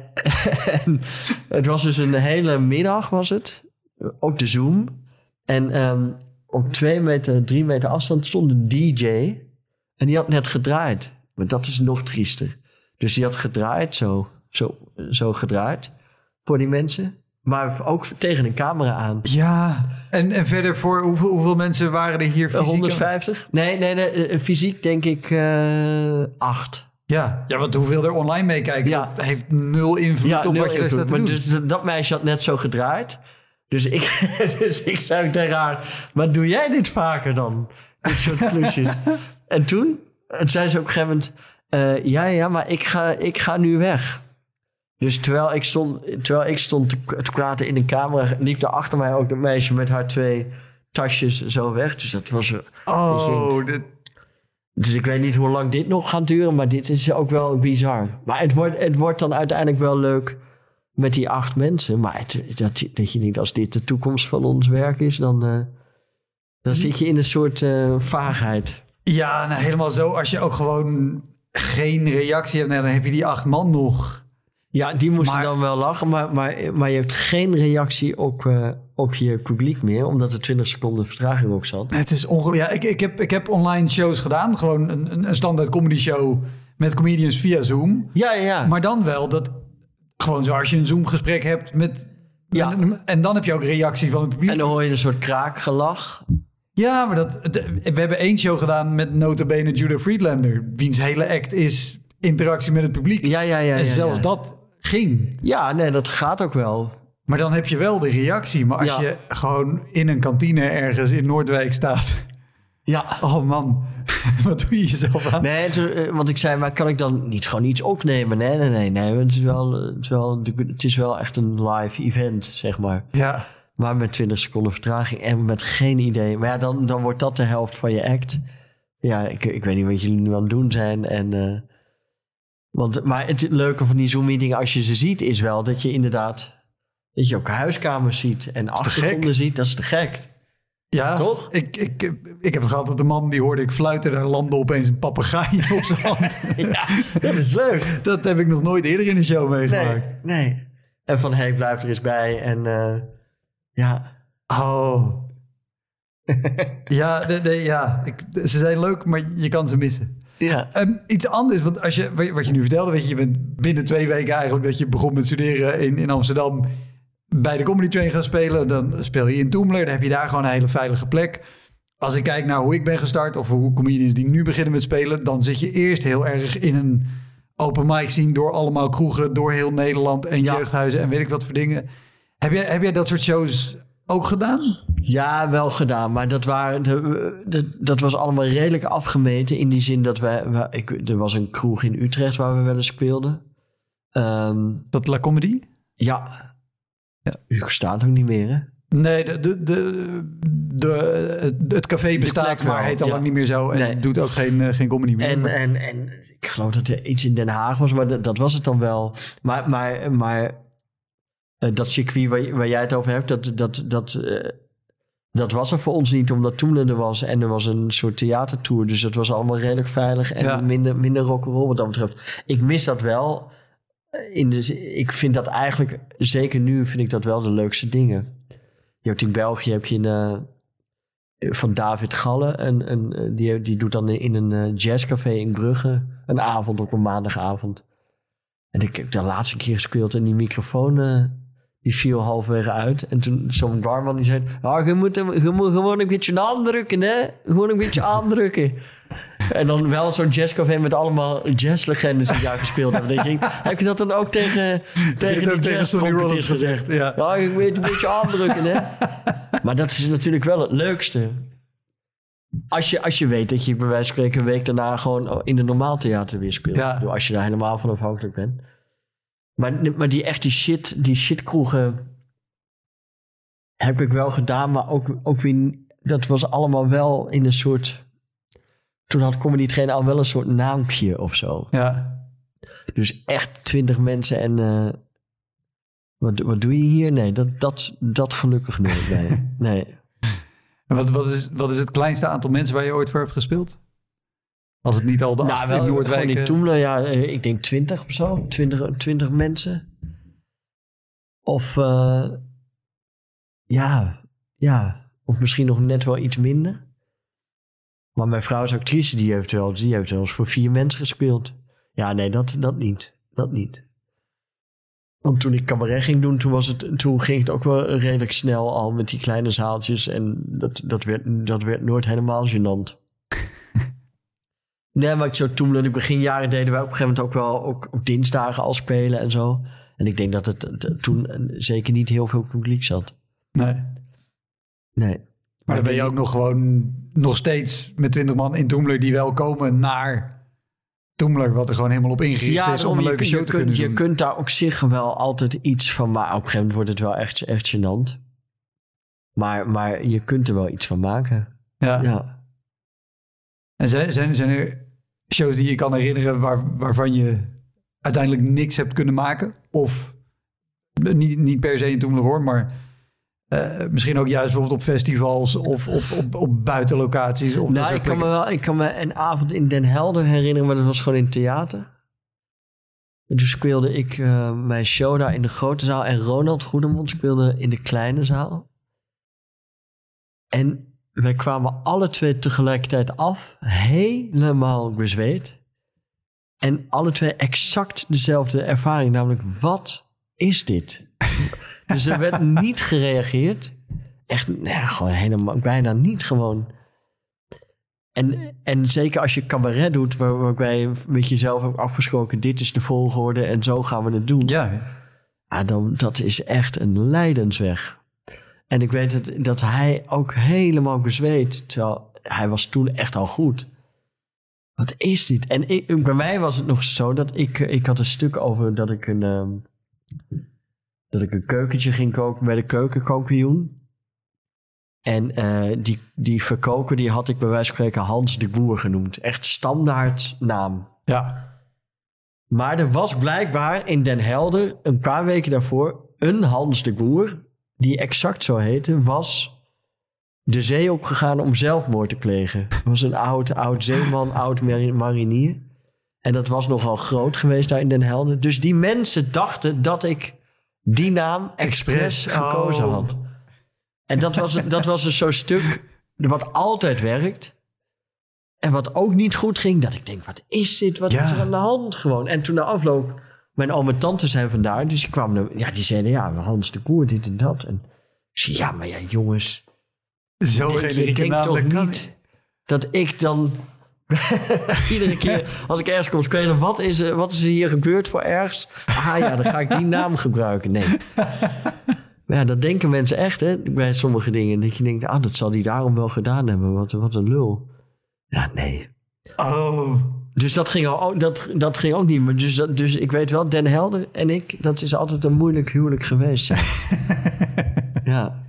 het was dus een hele middag, was het. Ook de Zoom. En op 2 meter, 3 meter afstand stond een DJ. En die had net gedraaid. Maar dat is nog triester. Dus die had gedraaid, zo gedraaid. Voor die mensen. Maar ook tegen een camera aan. Ja, en verder voor hoeveel mensen waren er hier fysiek? 150? Nee, fysiek denk ik 8. Ja, want hoeveel er online meekijken, dat heeft 0 invloed op wat je daar staat te doen. Maar dus, dat meisje had net zo gedraaid. Dus ik zei tegen haar, maar doe jij dit vaker dan? Dit soort klusjes. En toen zei ze op een gegeven moment, ja, maar ik ga nu weg. Dus terwijl ik stond te praten in een camera, liep er achter mij ook dat meisje met haar 2 tasjes zo weg. Dus dat was... Dus ik weet niet hoe lang dit nog gaat duren, maar dit is ook wel bizar. Maar het wordt dan uiteindelijk wel leuk met die 8 mensen. Maar dat je niet, als dit de toekomst van ons werk is, dan zit je in een soort vaagheid. Ja, nou helemaal zo. Als je ook gewoon geen reactie hebt, dan heb je die 8 man nog. Ja, die moesten dan wel lachen, maar je hebt geen reactie op je publiek meer, omdat er 20 seconden vertraging op zat. Het is ongelooflijk. Ja, ik heb online shows gedaan, gewoon een standaard comedy show met comedians via Zoom. Ja. Maar dan wel dat, gewoon zoals je een Zoom gesprek hebt met... Ja. En dan heb je ook reactie van het publiek. En dan hoor je een soort kraakgelach. Ja, maar we hebben 1 show gedaan met nota bene Judah Friedlander, wiens hele act is interactie met het publiek. Ja. En zelfs dat ging. Ja, nee, dat gaat ook wel. Maar dan heb je wel de reactie. Maar als je gewoon in een kantine ergens in Noordwijk staat... Ja. Oh man, wat doe je jezelf aan? Nee, want ik zei, maar kan ik dan niet gewoon iets opnemen? Nee. Het is wel echt een live event, zeg maar. Ja. Maar met 20 seconden vertraging en met geen idee. Maar ja, dan wordt dat de helft van je act. Ja, ik weet niet wat jullie nu aan het doen zijn. Maar het leuke van die Zoom-meetingen, als je ze ziet, is wel dat je inderdaad... Dat je ook huiskamers ziet en achtergronden ziet. Dat is te gek. Ja, toch? Ik heb het gehad dat de man, die hoorde ik fluiten... daar landde opeens een papegaai op zijn hand. Ja, dat is leuk. Dat heb ik nog nooit eerder in een show meegemaakt. Nee. En van, blijf er eens bij. En ja. Oh. Ja, ze zijn leuk, maar je kan ze missen. Ja. Iets anders, want wat je nu vertelde, weet je bent binnen 2 weken eigenlijk dat je begon met studeren in Amsterdam bij de Comedy Train gaan spelen. Dan speel je in Toemler, dan heb je daar gewoon een hele veilige plek. Als ik kijk naar hoe ik ben gestart of hoe comedians die nu beginnen met spelen, dan zit je eerst heel erg in een open mic scene door allemaal kroegen, door heel Nederland en jeugdhuizen en weet ik wat voor dingen. Heb jij dat soort shows ook gedaan? Ja, wel gedaan. Maar dat was allemaal redelijk afgemeten. In die zin dat er was een kroeg in Utrecht waar we wel eens speelden. Dat La Comedy? Ja. U staat ook niet meer, hè? Nee, het café bestaat, maar heet al lang niet meer zo. En doet ook geen comedy meer. En ik geloof dat er iets in Den Haag was, maar dat was het dan wel. Maar dat circuit waar jij het over hebt, dat was er voor ons niet, omdat Toemler er was. En er was een soort theatertour, dus dat was allemaal redelijk veilig en minder rock'n'roll wat dat betreft. Ik mis dat wel. Ik vind dat eigenlijk, zeker nu, vind ik dat wel de leukste dingen. Je hebt in België van David Galle, die doet dan in een jazzcafé in Brugge een avond, op een maandagavond. En ik heb de laatste keer gespeeld en die microfoon die viel halverwege uit. En toen zo'n barman die zei, je moet gewoon een beetje aandrukken, hè. Gewoon een beetje aandrukken. En dan wel zo'n jazzcafé met allemaal jazzlegendes die daar gespeeld hebben. Dan denk ik, heb je dat dan ook tegen die jazztrompetist gezegd? Ja, je moet een beetje aandrukken, hè. Maar dat is natuurlijk wel het leukste. Als je weet dat je bij wijze van spreken een week daarna gewoon in een normaal theater weer speelt. Ja. Als je daar helemaal van afhankelijk bent. Maar die shitkroegen heb ik wel gedaan. Maar ook weer, dat was allemaal wel in een soort... Toen had Comedy Train al wel een soort naampje of zo. Ja. Dus echt 20 mensen en... Wat doe je hier? Nee, dat gelukkig nooit. Nee. En wat is het kleinste aantal mensen waar je ooit voor hebt gespeeld? Als het niet al de achtste in Noordwijk... Gewoon in Toemler, ik denk 20 of zo. 20 mensen. Of... Of misschien nog net wel iets minder. Maar mijn vrouw is actrice, die heeft wel eens voor 4 mensen gespeeld. Ja, nee, dat niet. Dat niet. Want toen ik cabaret ging doen, toen ging het ook wel redelijk snel al met die kleine zaaltjes. En dat werd nooit helemaal gênant. Nee, maar toen in de beginjaren deden wij op een gegeven moment ook wel op dinsdagen al spelen en zo. En ik denk dat het toen zeker niet heel veel publiek zat. Nee. Maar dan ben je ook nog steeds met 20 man in Toemler die wel komen naar Toemler, wat er gewoon helemaal op ingericht is om een leuke show te kunnen doen. Je kunt daar op zich wel altijd iets van, maar op een gegeven moment wordt het wel echt gênant. Maar je kunt er wel iets van maken. Ja. En zijn er shows die je kan herinneren waarvan je uiteindelijk niks hebt kunnen maken? Of niet per se in Toemler hoor, maar... misschien ook juist bijvoorbeeld op festivals of op buitenlocaties. Ik kan me een avond in Den Helder herinneren, maar dat was gewoon in het theater. En toen speelde ik mijn show daar in de grote zaal en Ronald Goedemond speelde in de kleine zaal. En wij kwamen alle 2 tegelijkertijd af, helemaal bezweet. En alle 2 exact dezelfde ervaring, namelijk wat is dit? Dus er werd niet gereageerd. Echt, gewoon helemaal, bijna niet gewoon. En zeker als je cabaret doet, waarbij je met jezelf hebt afgesproken, dit is de volgorde en zo gaan we het doen. Ja, dan, dat is echt een lijdensweg. En ik weet dat hij ook helemaal bezweet, terwijl hij was toen echt al goed. Wat is dit? En bij mij was het nog zo dat ik had een stuk over dat ik een keukentje ging koken bij de keukenkampioen. En die verkoker die had ik bij wijze van spreken Hans de Boer genoemd. Echt standaard naam. Ja. Maar er was blijkbaar in Den Helder een paar weken daarvoor een Hans de Boer, die exact zo heette, was de zee opgegaan om zelfmoord te plegen. Dat was een oud zeeman, oud marinier. En dat was nogal groot geweest daar in Den Helder. Dus die mensen dachten dat ik die naam expres gekozen had. En dat was zo'n stuk wat altijd werkt. En wat ook niet goed ging, dat ik denk, wat is dit? Wat is er aan de hand gewoon? En toen na afloop, mijn oom en tante zijn vandaar. Dus die kwamen, die zeiden, Hans de Koer, dit en dat. En ik zei, maar jongens. Zo generieke naam, toch niet dat ik dan iedere keer als ik ergens kom spelen, wat is er hier gebeurd voor ergens? Dan ga ik die naam gebruiken. Nee. Maar dat denken mensen echt, hè, bij sommige dingen. Dat je denkt, dat zal die daarom wel gedaan hebben. Wat een lul. Ja, nee. Oh. Dus dat ging ook niet meer. Dus ik weet wel, Den Helder en ik, dat is altijd een moeilijk huwelijk geweest. Ja. Ja.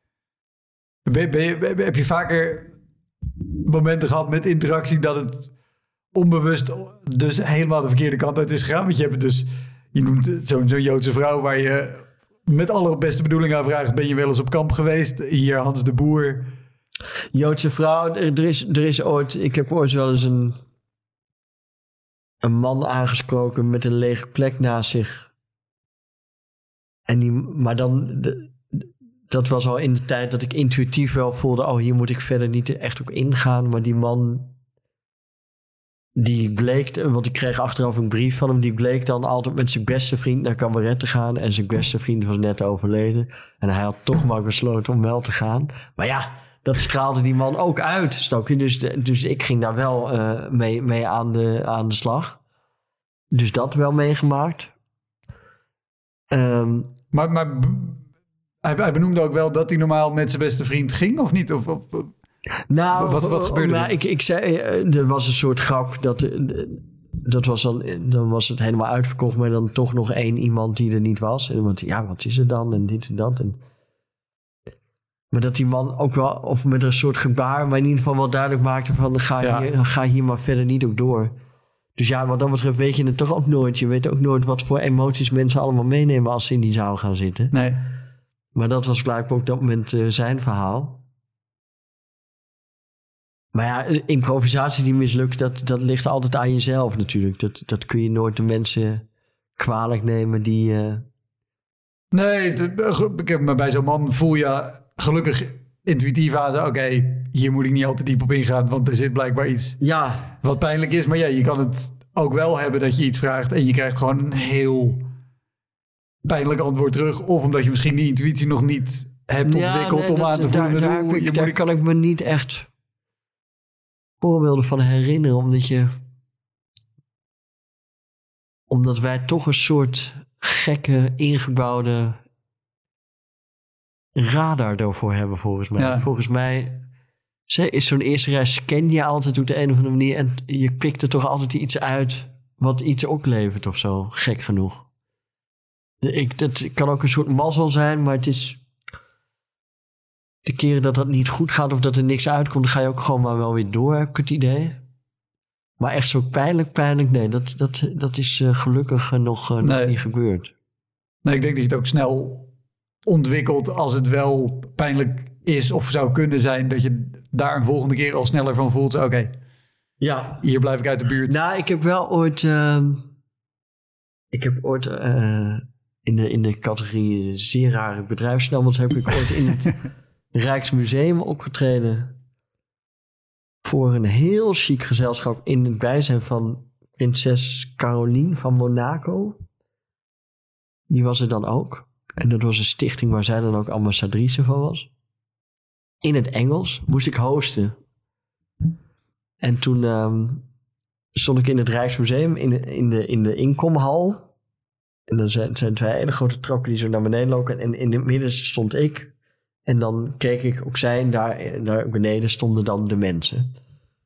Heb je vaker momenten gehad met interactie dat het onbewust dus helemaal de verkeerde kant uit is gegaan? Want je hebt dus, je noemt zo'n Joodse vrouw waar je met allerbeste bedoelingen aan vraagt, ben je wel eens op kamp geweest? Hier Hans de Boer. Joodse vrouw, er is ooit, ik heb ooit wel eens een man aangesproken met een lege plek naast zich. Dat was al in de tijd dat ik intuïtief wel voelde, hier moet ik verder niet echt op ingaan. Maar die man, die bleek, want ik kreeg achteraf een brief van hem, die bleek dan altijd met zijn beste vriend naar cabaret te gaan. En zijn beste vriend was net overleden. En hij had toch maar besloten om wel te gaan. Maar dat straalde die man ook uit, snap je? Dus ik ging daar wel mee aan de slag. Dus dat wel meegemaakt. Maar hij benoemde ook wel dat hij normaal met zijn beste vriend ging, of niet? Wat gebeurde er? Ik zei, er was een soort grap, dat was dan was het helemaal uitverkocht, maar dan toch nog één iemand die er niet was. En want wat is er dan? En dit en dat. Maar dat die man ook wel, of met een soort gebaar, maar in ieder geval wel duidelijk maakte van, ga hier maar verder niet ook door. Dus wat dat betreft weet je het toch ook nooit. Je weet ook nooit wat voor emoties mensen allemaal meenemen als ze in die zaal gaan zitten. Nee. Maar dat was blijkbaar ook op dat moment zijn verhaal. Maar improvisatie die mislukt, dat ligt altijd aan jezelf natuurlijk. Dat kun je nooit de mensen kwalijk nemen die... Nee, maar bij zo'n man voel je gelukkig intuïtief aan. Oké, hier moet ik niet al te diep op ingaan, want er zit blijkbaar iets wat pijnlijk is. Maar je kan het ook wel hebben dat je iets vraagt en je krijgt gewoon een heel pijnlijk antwoord terug. Of omdat je misschien die intuïtie nog niet hebt ontwikkeld om aan te voelen. Daar kan ik me niet echt voorbeelden van herinneren, omdat wij toch een soort gekke ingebouwde radar daarvoor hebben, volgens mij. Ja. Volgens mij is zo'n eerste reis scan je altijd op de een of andere manier en je pikt er toch altijd iets uit wat iets oplevert of zo, gek genoeg. Dat kan ook een soort mazzel zijn, maar het is de keren dat niet goed gaat of dat er niks uitkomt, dan ga je ook gewoon maar wel weer door, heb ik het idee. Maar echt zo pijnlijk, nee, dat is gelukkig nog niet gebeurd. Nee, ik denk dat je het ook snel ontwikkelt als het wel pijnlijk is of zou kunnen zijn, dat je daar een volgende keer al sneller van voelt. Oké, hier blijf ik uit de buurt. Nou, ik heb wel ooit... in de categorie zeer rare bedrijfsnamen heb ik ooit in het Rijksmuseum opgetreden voor een heel chic gezelschap in het bijzijn van prinses Caroline van Monaco. Die was er dan ook. En dat was een stichting waar zij dan ook ambassadrice van was. In het Engels moest ik hosten. En toen stond ik in het Rijksmuseum in de inkomhal. En dan zijn twee hele grote trappen die zo naar beneden lopen. En in het midden stond ik. En dan keek ik ook zij. En daar beneden stonden dan de mensen.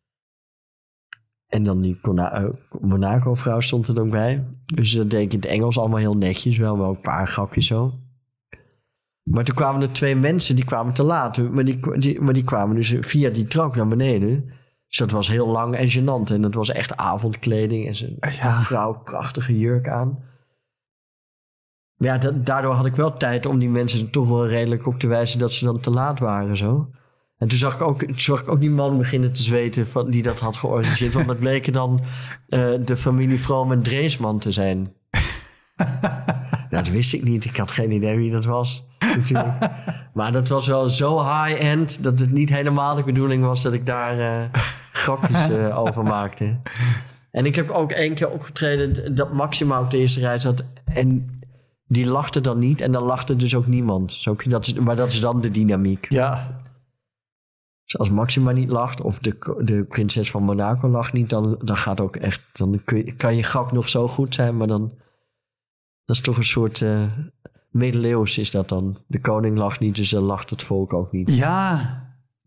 En dan die Monaco-vrouw stond er ook bij. Dus dat deed ik in het Engels allemaal heel netjes. Wel een paar grapjes zo. Maar toen kwamen er twee mensen, die kwamen te laat. Maar die kwamen dus via die trap naar beneden. Dus dat was heel lang en gênant. En dat was echt avondkleding. En zijn vrouw prachtige jurk aan. Maar daardoor had ik wel tijd om die mensen er toch wel redelijk op te wijzen dat ze dan te laat waren. Zo. En toen zag ik ook die man beginnen te zweten die dat had georganiseerd. Want dat bleken dan de familie Vroom en Dreesman te zijn. Dat wist ik niet. Ik had geen idee wie dat was. Natuurlijk. Maar dat was wel zo high-end dat het niet helemaal de bedoeling was dat ik daar grapjes over maakte. En ik heb ook 1 keer opgetreden dat Maxima op de eerste rij zat. En die lachte dan niet. En dan lachte dus ook niemand. Maar dat is dan de dynamiek. Ja. Dus als Maxima niet lacht of de prinses van Monaco lacht niet, dan gaat ook echt. Dan kan je grap nog zo goed zijn, maar dan. Dat is toch een soort. Middeleeuws is dat dan. De koning lacht niet, dus dan lacht het volk ook niet. Ja.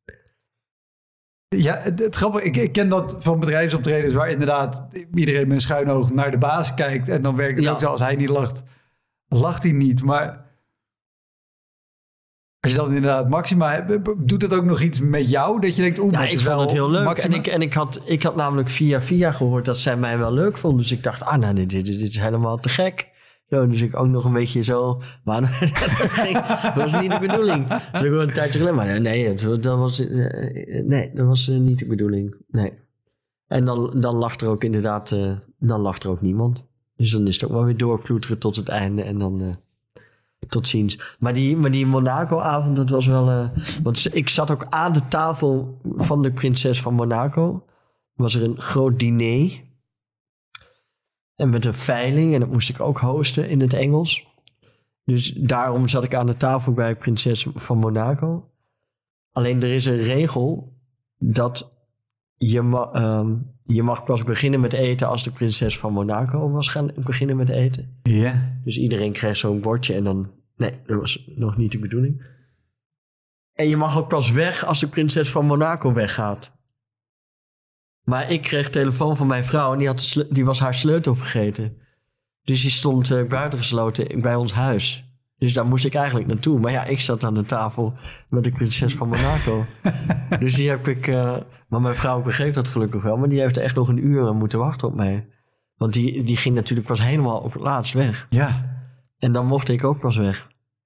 Ja, het grappige, ik ken dat van bedrijfsoptredens waar inderdaad iedereen met een schuin oog naar de baas kijkt. En dan werkt het ook zo, als hij niet lacht, lacht hij niet. Maar als je dan inderdaad Maxima hebt, doet het ook nog iets met jou? Dat je denkt, ja, ik vond het heel leuk. Maxima. En ik had namelijk via gehoord dat zij mij wel leuk vonden. Dus ik dacht, dit is helemaal te gek. Zo, dus ik ook nog een beetje zo. Maar dat was niet de bedoeling. Dus ik een tijdje geleden. Maar nee, dat was niet de bedoeling. Nee. En dan lacht er ook inderdaad. Dan lacht er ook niemand. Dus dan is het ook wel weer doorploeteren tot het einde. En dan tot ziens. Maar die Monaco-avond, dat was wel. Want ik zat ook aan de tafel van de prinses van Monaco. Was er een groot diner. En met een veiling. En dat moest ik ook hosten in het Engels. Dus daarom zat ik aan de tafel bij prinses van Monaco. Alleen er is een regel dat je mag pas beginnen met eten als de prinses van Monaco was gaan beginnen met eten. Ja. Dus iedereen kreeg zo'n bordje en dan. Nee, dat was nog niet de bedoeling. En je mag ook pas weg als de prinses van Monaco weggaat. Maar ik kreeg telefoon van mijn vrouw en die was haar sleutel vergeten. Dus die stond buitengesloten bij ons huis. Dus daar moest ik eigenlijk naartoe. Maar ja, ik zat aan de tafel met de prinses van Monaco. Dus die heb ik. Maar mijn vrouw begreep dat gelukkig wel. Maar die heeft echt nog een uur moeten wachten op mij. Want die ging natuurlijk pas helemaal op het laatst weg. Ja. En dan mocht ik ook pas weg.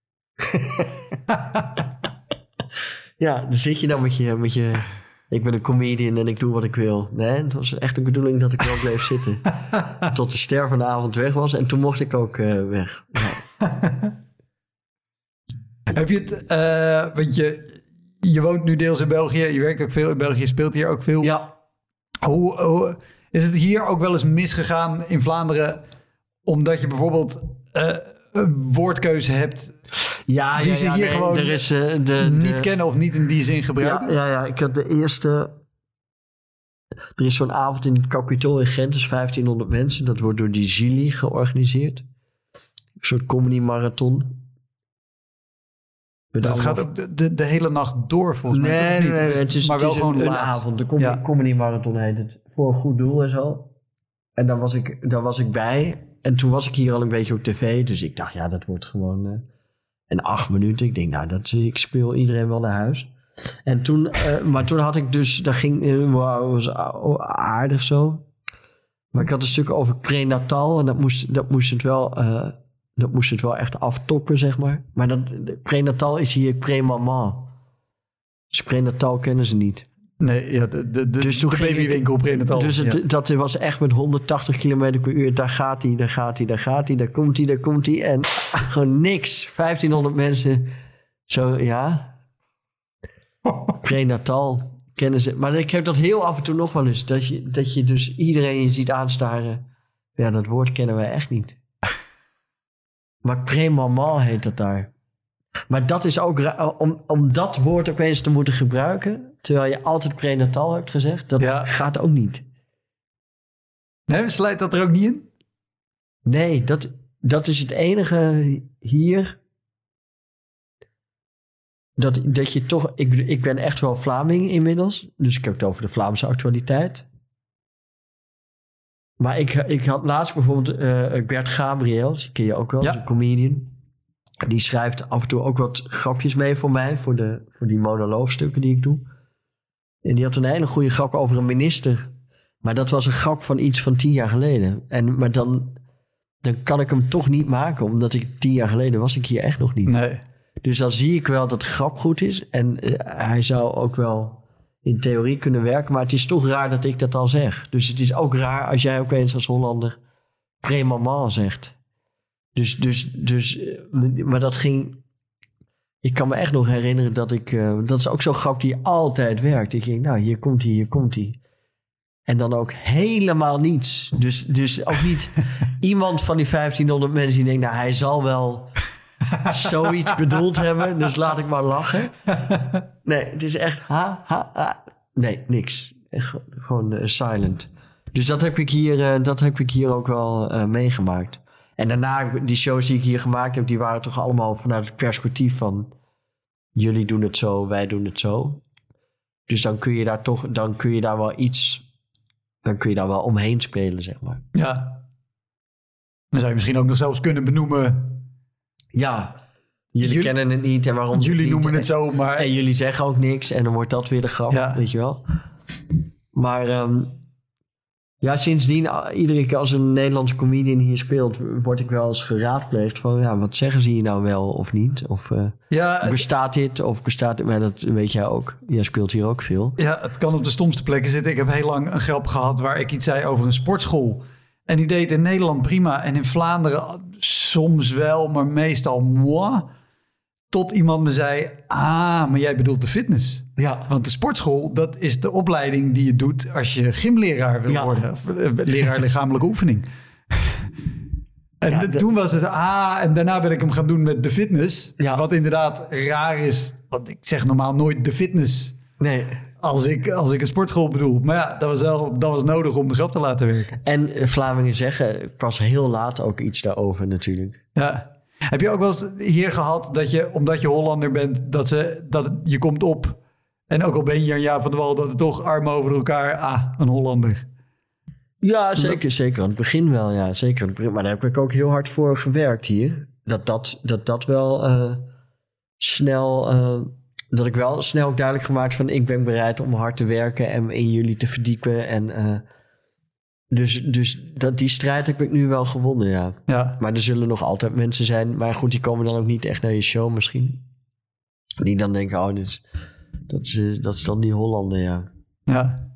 Ja, dan zit je dan met je. Ik ben een comedian en ik doe wat ik wil. Nee, het was echt de bedoeling dat ik wel bleef zitten. Tot de ster van de avond weg was. En toen mocht ik ook weg. Ja. Heb je het... want je woont nu deels in België. Je werkt ook veel in België. Speelt hier ook veel. Ja. Hoe is het hier ook wel eens misgegaan in Vlaanderen? Omdat je bijvoorbeeld een woordkeuze hebt... die ze hier gewoon niet kennen of niet in die zin gebruiken? Ja, ik had de eerste... Er is zo'n avond in het Capitool in Gent, dus 1500 mensen. Dat wordt door die Gilly georganiseerd. Een soort comedy marathon. Dus het gaat ook de hele nacht door volgens mij? Nee, het is gewoon een laat. avond. De comedy marathon heet het. Voor een goed doel en zo. En daar was ik bij. En toen was ik hier al een beetje op tv. Dus ik dacht, dat wordt gewoon... En 8 minuten. Ik denk, ik speel iedereen wel naar huis. En toen... maar toen had ik dus... Dat was aardig zo. Maar ik had een stuk over prenatal. En dat moest het wel echt aftoppen, zeg maar. Maar prenatal is hier pre-maman. Dus prenatal kennen ze niet. Nee, dus de babywinkel prenatal. Dus dat was echt met 180 km per uur. Daar gaat hij. Daar komt hij. En gewoon niks. 1500 mensen. Zo, ja. Prenatal kennen ze. Maar ik heb dat heel af en toe nog wel eens. Dat je dus iedereen ziet aanstaren. Ja, dat woord kennen wij echt niet. Maar pré-maman heet dat daar. Maar dat is ook om dat woord ook eens te moeten gebruiken. Terwijl je altijd prenatal hebt gezegd. Dat gaat ook niet. Nee, slijt dat er ook niet in? Nee, dat is het enige hier. Dat je toch... Ik ben echt wel Vlaming inmiddels. Dus ik heb het over de Vlaamse actualiteit. Maar ik had laatst bijvoorbeeld Bert Gabriel. Die ken je ook wel, een comedian. Die schrijft af en toe ook wat grapjes mee voor mij. Voor die monoloogstukken die ik doe. En die had een hele goede grap over een minister. Maar dat was een grap van iets van 10 jaar geleden. Maar dan kan ik hem toch niet maken. Omdat 10 jaar geleden was ik hier echt nog niet. Nee. Dus dan zie ik wel dat de grap goed is. En hij zou ook wel in theorie kunnen werken. Maar het is toch raar dat ik dat al zeg. Dus het is ook raar als jij ook eens als Hollander pré-maman zegt. Maar dat ging... Ik kan me echt nog herinneren dat ik... dat is ook zo'n grap die altijd werkt. Ik denk, nou, hier komt hij. En dan ook helemaal niets. Dus ook niet iemand van die 1500 mensen die denkt... nou, hij zal wel zoiets bedoeld hebben, dus laat ik maar lachen. Nee, het is echt ha. Nee, niks. Echt gewoon silent. Dus dat heb ik hier ook wel meegemaakt. En daarna, die shows die ik hier gemaakt heb... die waren toch allemaal vanuit het perspectief van... jullie doen het zo, wij doen het zo. Dus dan kun je daar wel iets... dan kun je daar wel omheen spelen, zeg maar. Ja. Dan zou je misschien ook nog zelfs kunnen benoemen... Ja, jullie kennen het niet en waarom... Jullie noemen het zo, maar... En jullie zeggen ook niks en dan wordt dat weer de grap, weet je wel. Maar sindsdien, iedere keer als een Nederlandse comedian hier speelt... word ik wel eens geraadpleegd van... ja, wat zeggen ze hier nou wel of niet? Of bestaat dit of bestaat dit? Maar dat weet jij ook. Jij speelt hier ook veel. Ja, het kan op de stomste plekken zitten. Ik heb heel lang een grap gehad waar ik iets zei over een sportschool... En die deed in Nederland prima. En in Vlaanderen soms wel, maar meestal moi. Tot iemand me zei, maar jij bedoelt de fitness. Ja. Want de sportschool, dat is de opleiding die je doet als je gymleraar wil worden. Of leraar lichamelijke oefening. En toen was het, en daarna ben ik hem gaan doen met de fitness. Ja. Wat inderdaad raar is, want ik zeg normaal nooit de fitness. Nee. Als ik een sportschool bedoel. Maar ja, dat was nodig om de grap te laten werken. En Vlamingen zeggen pas heel laat ook iets daarover natuurlijk. Ja. Heb je ook wel eens hier gehad dat je, omdat je Hollander bent, dat je komt op en ook al ben je een Jaap van der Wal, dat het toch armen over elkaar, een Hollander. Ja, zeker. Aan het begin wel, ja. Zeker aan het begin. Maar daar heb ik ook heel hard voor gewerkt hier. Dat wel snel... dat ik wel snel ook duidelijk gemaakt van... ik ben bereid om hard te werken en in jullie te verdiepen. En, dus die strijd heb ik nu wel gewonnen, ja. Maar er zullen nog altijd mensen zijn... maar goed, die komen dan ook niet echt naar je show misschien. Die dan denken, dat is dan die Hollander, ja. Ja.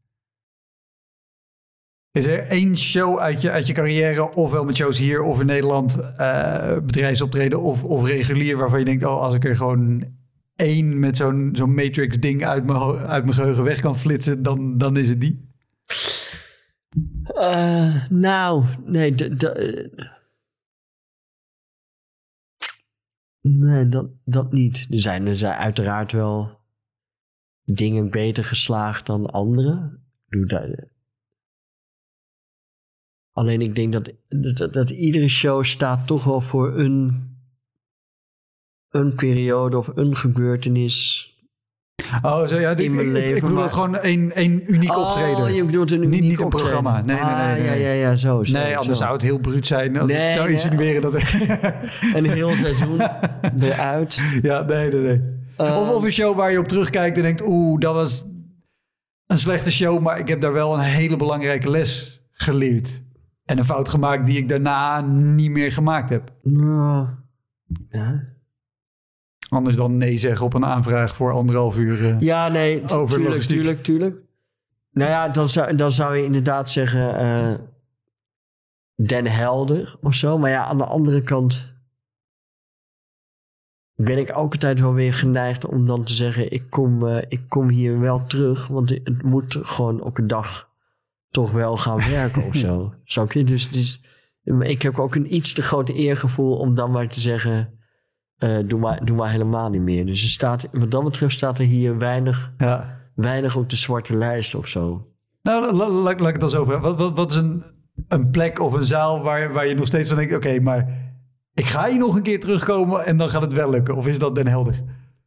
Is er één show uit je carrière... ofwel met shows hier of in Nederland... bedrijfsoptreden of regulier... waarvan je denkt, als ik er gewoon... één met zo'n Matrix-ding uit mijn geheugen weg kan flitsen, dan is het die? Nee, nee, dat niet. Er zijn uiteraard wel dingen beter geslaagd dan andere. Alleen ik denk dat iedere show staat toch wel voor een periode of een gebeurtenis in mijn leven. Ik bedoel ook gewoon één uniek optreden. Oh, je bedoelt een uniek niet een programma. Nee. Ja, zo. Nee, anders zou het heel bruut zijn. Als ik zou insinueren dat... Een heel seizoen eruit. Ja, nee. Of een show waar je op terugkijkt en denkt... dat was een slechte show... maar ik heb daar wel een hele belangrijke les geleerd. En een fout gemaakt die ik daarna niet meer gemaakt heb. Ja. Anders dan nee zeggen op een aanvraag voor 1,5 uur. Ja, nee, tuurlijk. Nou ja, dan zou je inderdaad zeggen Den Helder of zo. Maar ja, aan de andere kant ben ik ook altijd wel weer geneigd om dan te zeggen... ik kom hier wel terug, want het moet gewoon op een dag toch wel gaan werken of zo. Zou ik dus ik heb ook een iets te groot eergevoel om dan maar te zeggen... Doe maar helemaal niet meer. Dus wat dat betreft staat er hier weinig op de zwarte lijst of zo. Nou, laat ik het dan zo vragen. Wat is een plek of een zaal waar je nog steeds van denkt... Oké, maar ik ga hier nog een keer terugkomen en dan gaat het wel lukken. Of is dat Den Helder?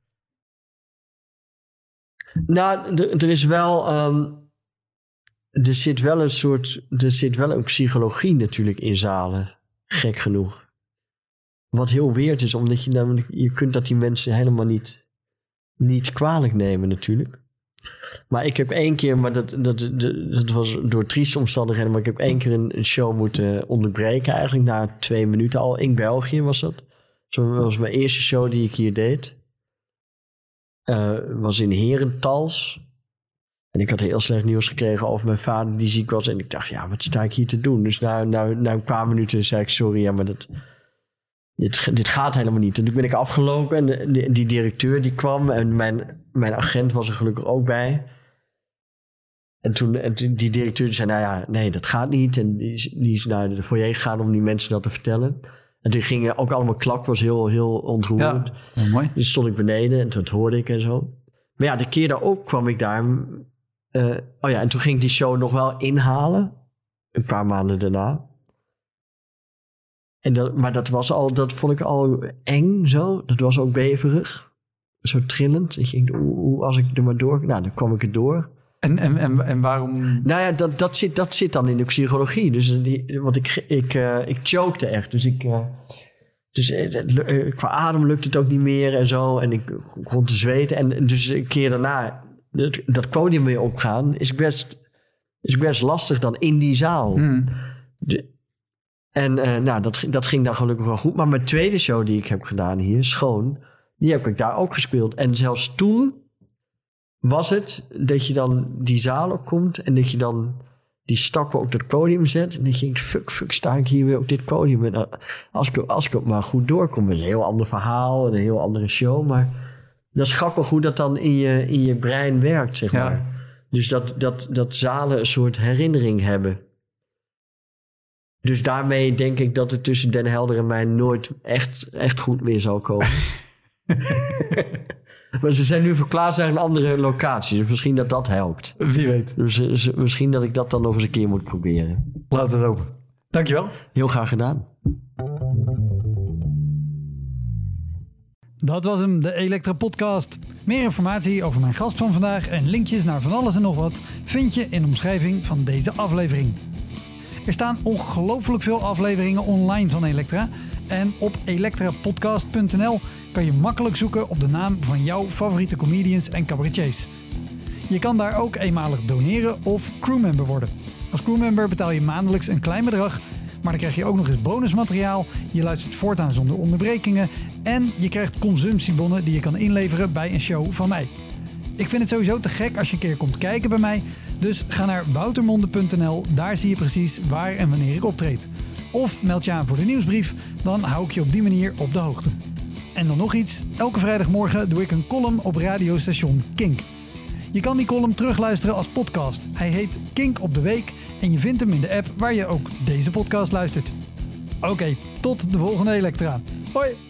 Nou, er is wel... er zit wel een psychologie natuurlijk in zalen. Gek genoeg. Wat heel weird is, omdat je kunt dat die mensen helemaal niet kwalijk nemen natuurlijk. Maar ik heb 1 keer, maar dat was door trieste omstandigheden, maar ik heb 1 keer een show moeten onderbreken eigenlijk na 2 minuten al. In België was dat. Dat was mijn eerste show die ik hier deed. Was in Herentals. En ik had heel slecht nieuws gekregen over mijn vader die ziek was. En ik dacht, wat sta ik hier te doen? Dus na een paar minuten zei ik, sorry, maar dit gaat helemaal niet. En toen ben ik afgelopen en die directeur die kwam en mijn agent was er gelukkig ook bij. En toen die directeur zei, nou ja, nee, dat gaat niet. En die is naar de foyer gegaan om die mensen dat te vertellen. En toen gingen ook allemaal klap, was heel, heel ontroerend. Ja, mooi. Dus stond ik beneden en dat hoorde ik en zo. Maar ja, de keer daarop kwam ik daar. En toen ging ik die show nog wel inhalen. Een paar maanden daarna. Maar dat vond ik al eng zo. Dat was ook beverig. Zo trillend. Ik ging, als ik er maar door... Nou, dan kwam ik er door. En waarom... Nou ja, dat zit dan in de psychologie. Dus want ik chokte echt. Dus qua adem lukte het ook niet meer en zo. En ik begon te zweten. En dus een keer daarna dat podium weer opgaan... is best lastig dan in die zaal. Dat ging dan gelukkig wel goed. Maar mijn tweede show die ik heb gedaan hier, Schoon... die heb ik daar ook gespeeld. En zelfs toen was het dat je dan die zaal opkomt... en dat je dan die stappen op het podium zet... en dat je denkt, fuck, sta ik hier weer op dit podium? En als ik ook maar goed doorkom... dat is een heel ander verhaal, een heel andere show... maar dat is grappig hoe dat dan in je brein werkt, zeg maar. Ja. Dus dat zalen een soort herinnering hebben... Dus daarmee denk ik dat het tussen Den Helder en mij nooit echt goed meer zal komen. Maar ze zijn nu verplaatst naar een andere locatie. Dus misschien dat helpt. Wie weet. Dus misschien dat ik dat dan nog eens een keer moet proberen. Laat het open. Dankjewel. Heel graag gedaan. Dat was hem, de Elektra Podcast. Meer informatie over mijn gast van vandaag en linkjes naar van alles en nog wat... vind je in de omschrijving van deze aflevering. Er staan ongelooflijk veel afleveringen online van Elektra. En op elektrapodcast.nl kan je makkelijk zoeken op de naam van jouw favoriete comedians en cabaretiers. Je kan daar ook eenmalig doneren of crewmember worden. Als crewmember betaal je maandelijks een klein bedrag, maar dan krijg je ook nog eens bonusmateriaal. Je luistert voortaan zonder onderbrekingen en je krijgt consumptiebonnen die je kan inleveren bij een show van mij. Ik vind het sowieso te gek als je een keer komt kijken bij mij. Dus ga naar woutermonde.nl, daar zie je precies waar en wanneer ik optreed. Of meld je aan voor de nieuwsbrief, dan hou ik je op die manier op de hoogte. En dan nog iets, elke vrijdagmorgen doe ik een column op radiostation Kink. Je kan die column terugluisteren als podcast. Hij heet Kink op de Week en je vindt hem in de app waar je ook deze podcast luistert. Oké, tot de volgende Elektra. Hoi!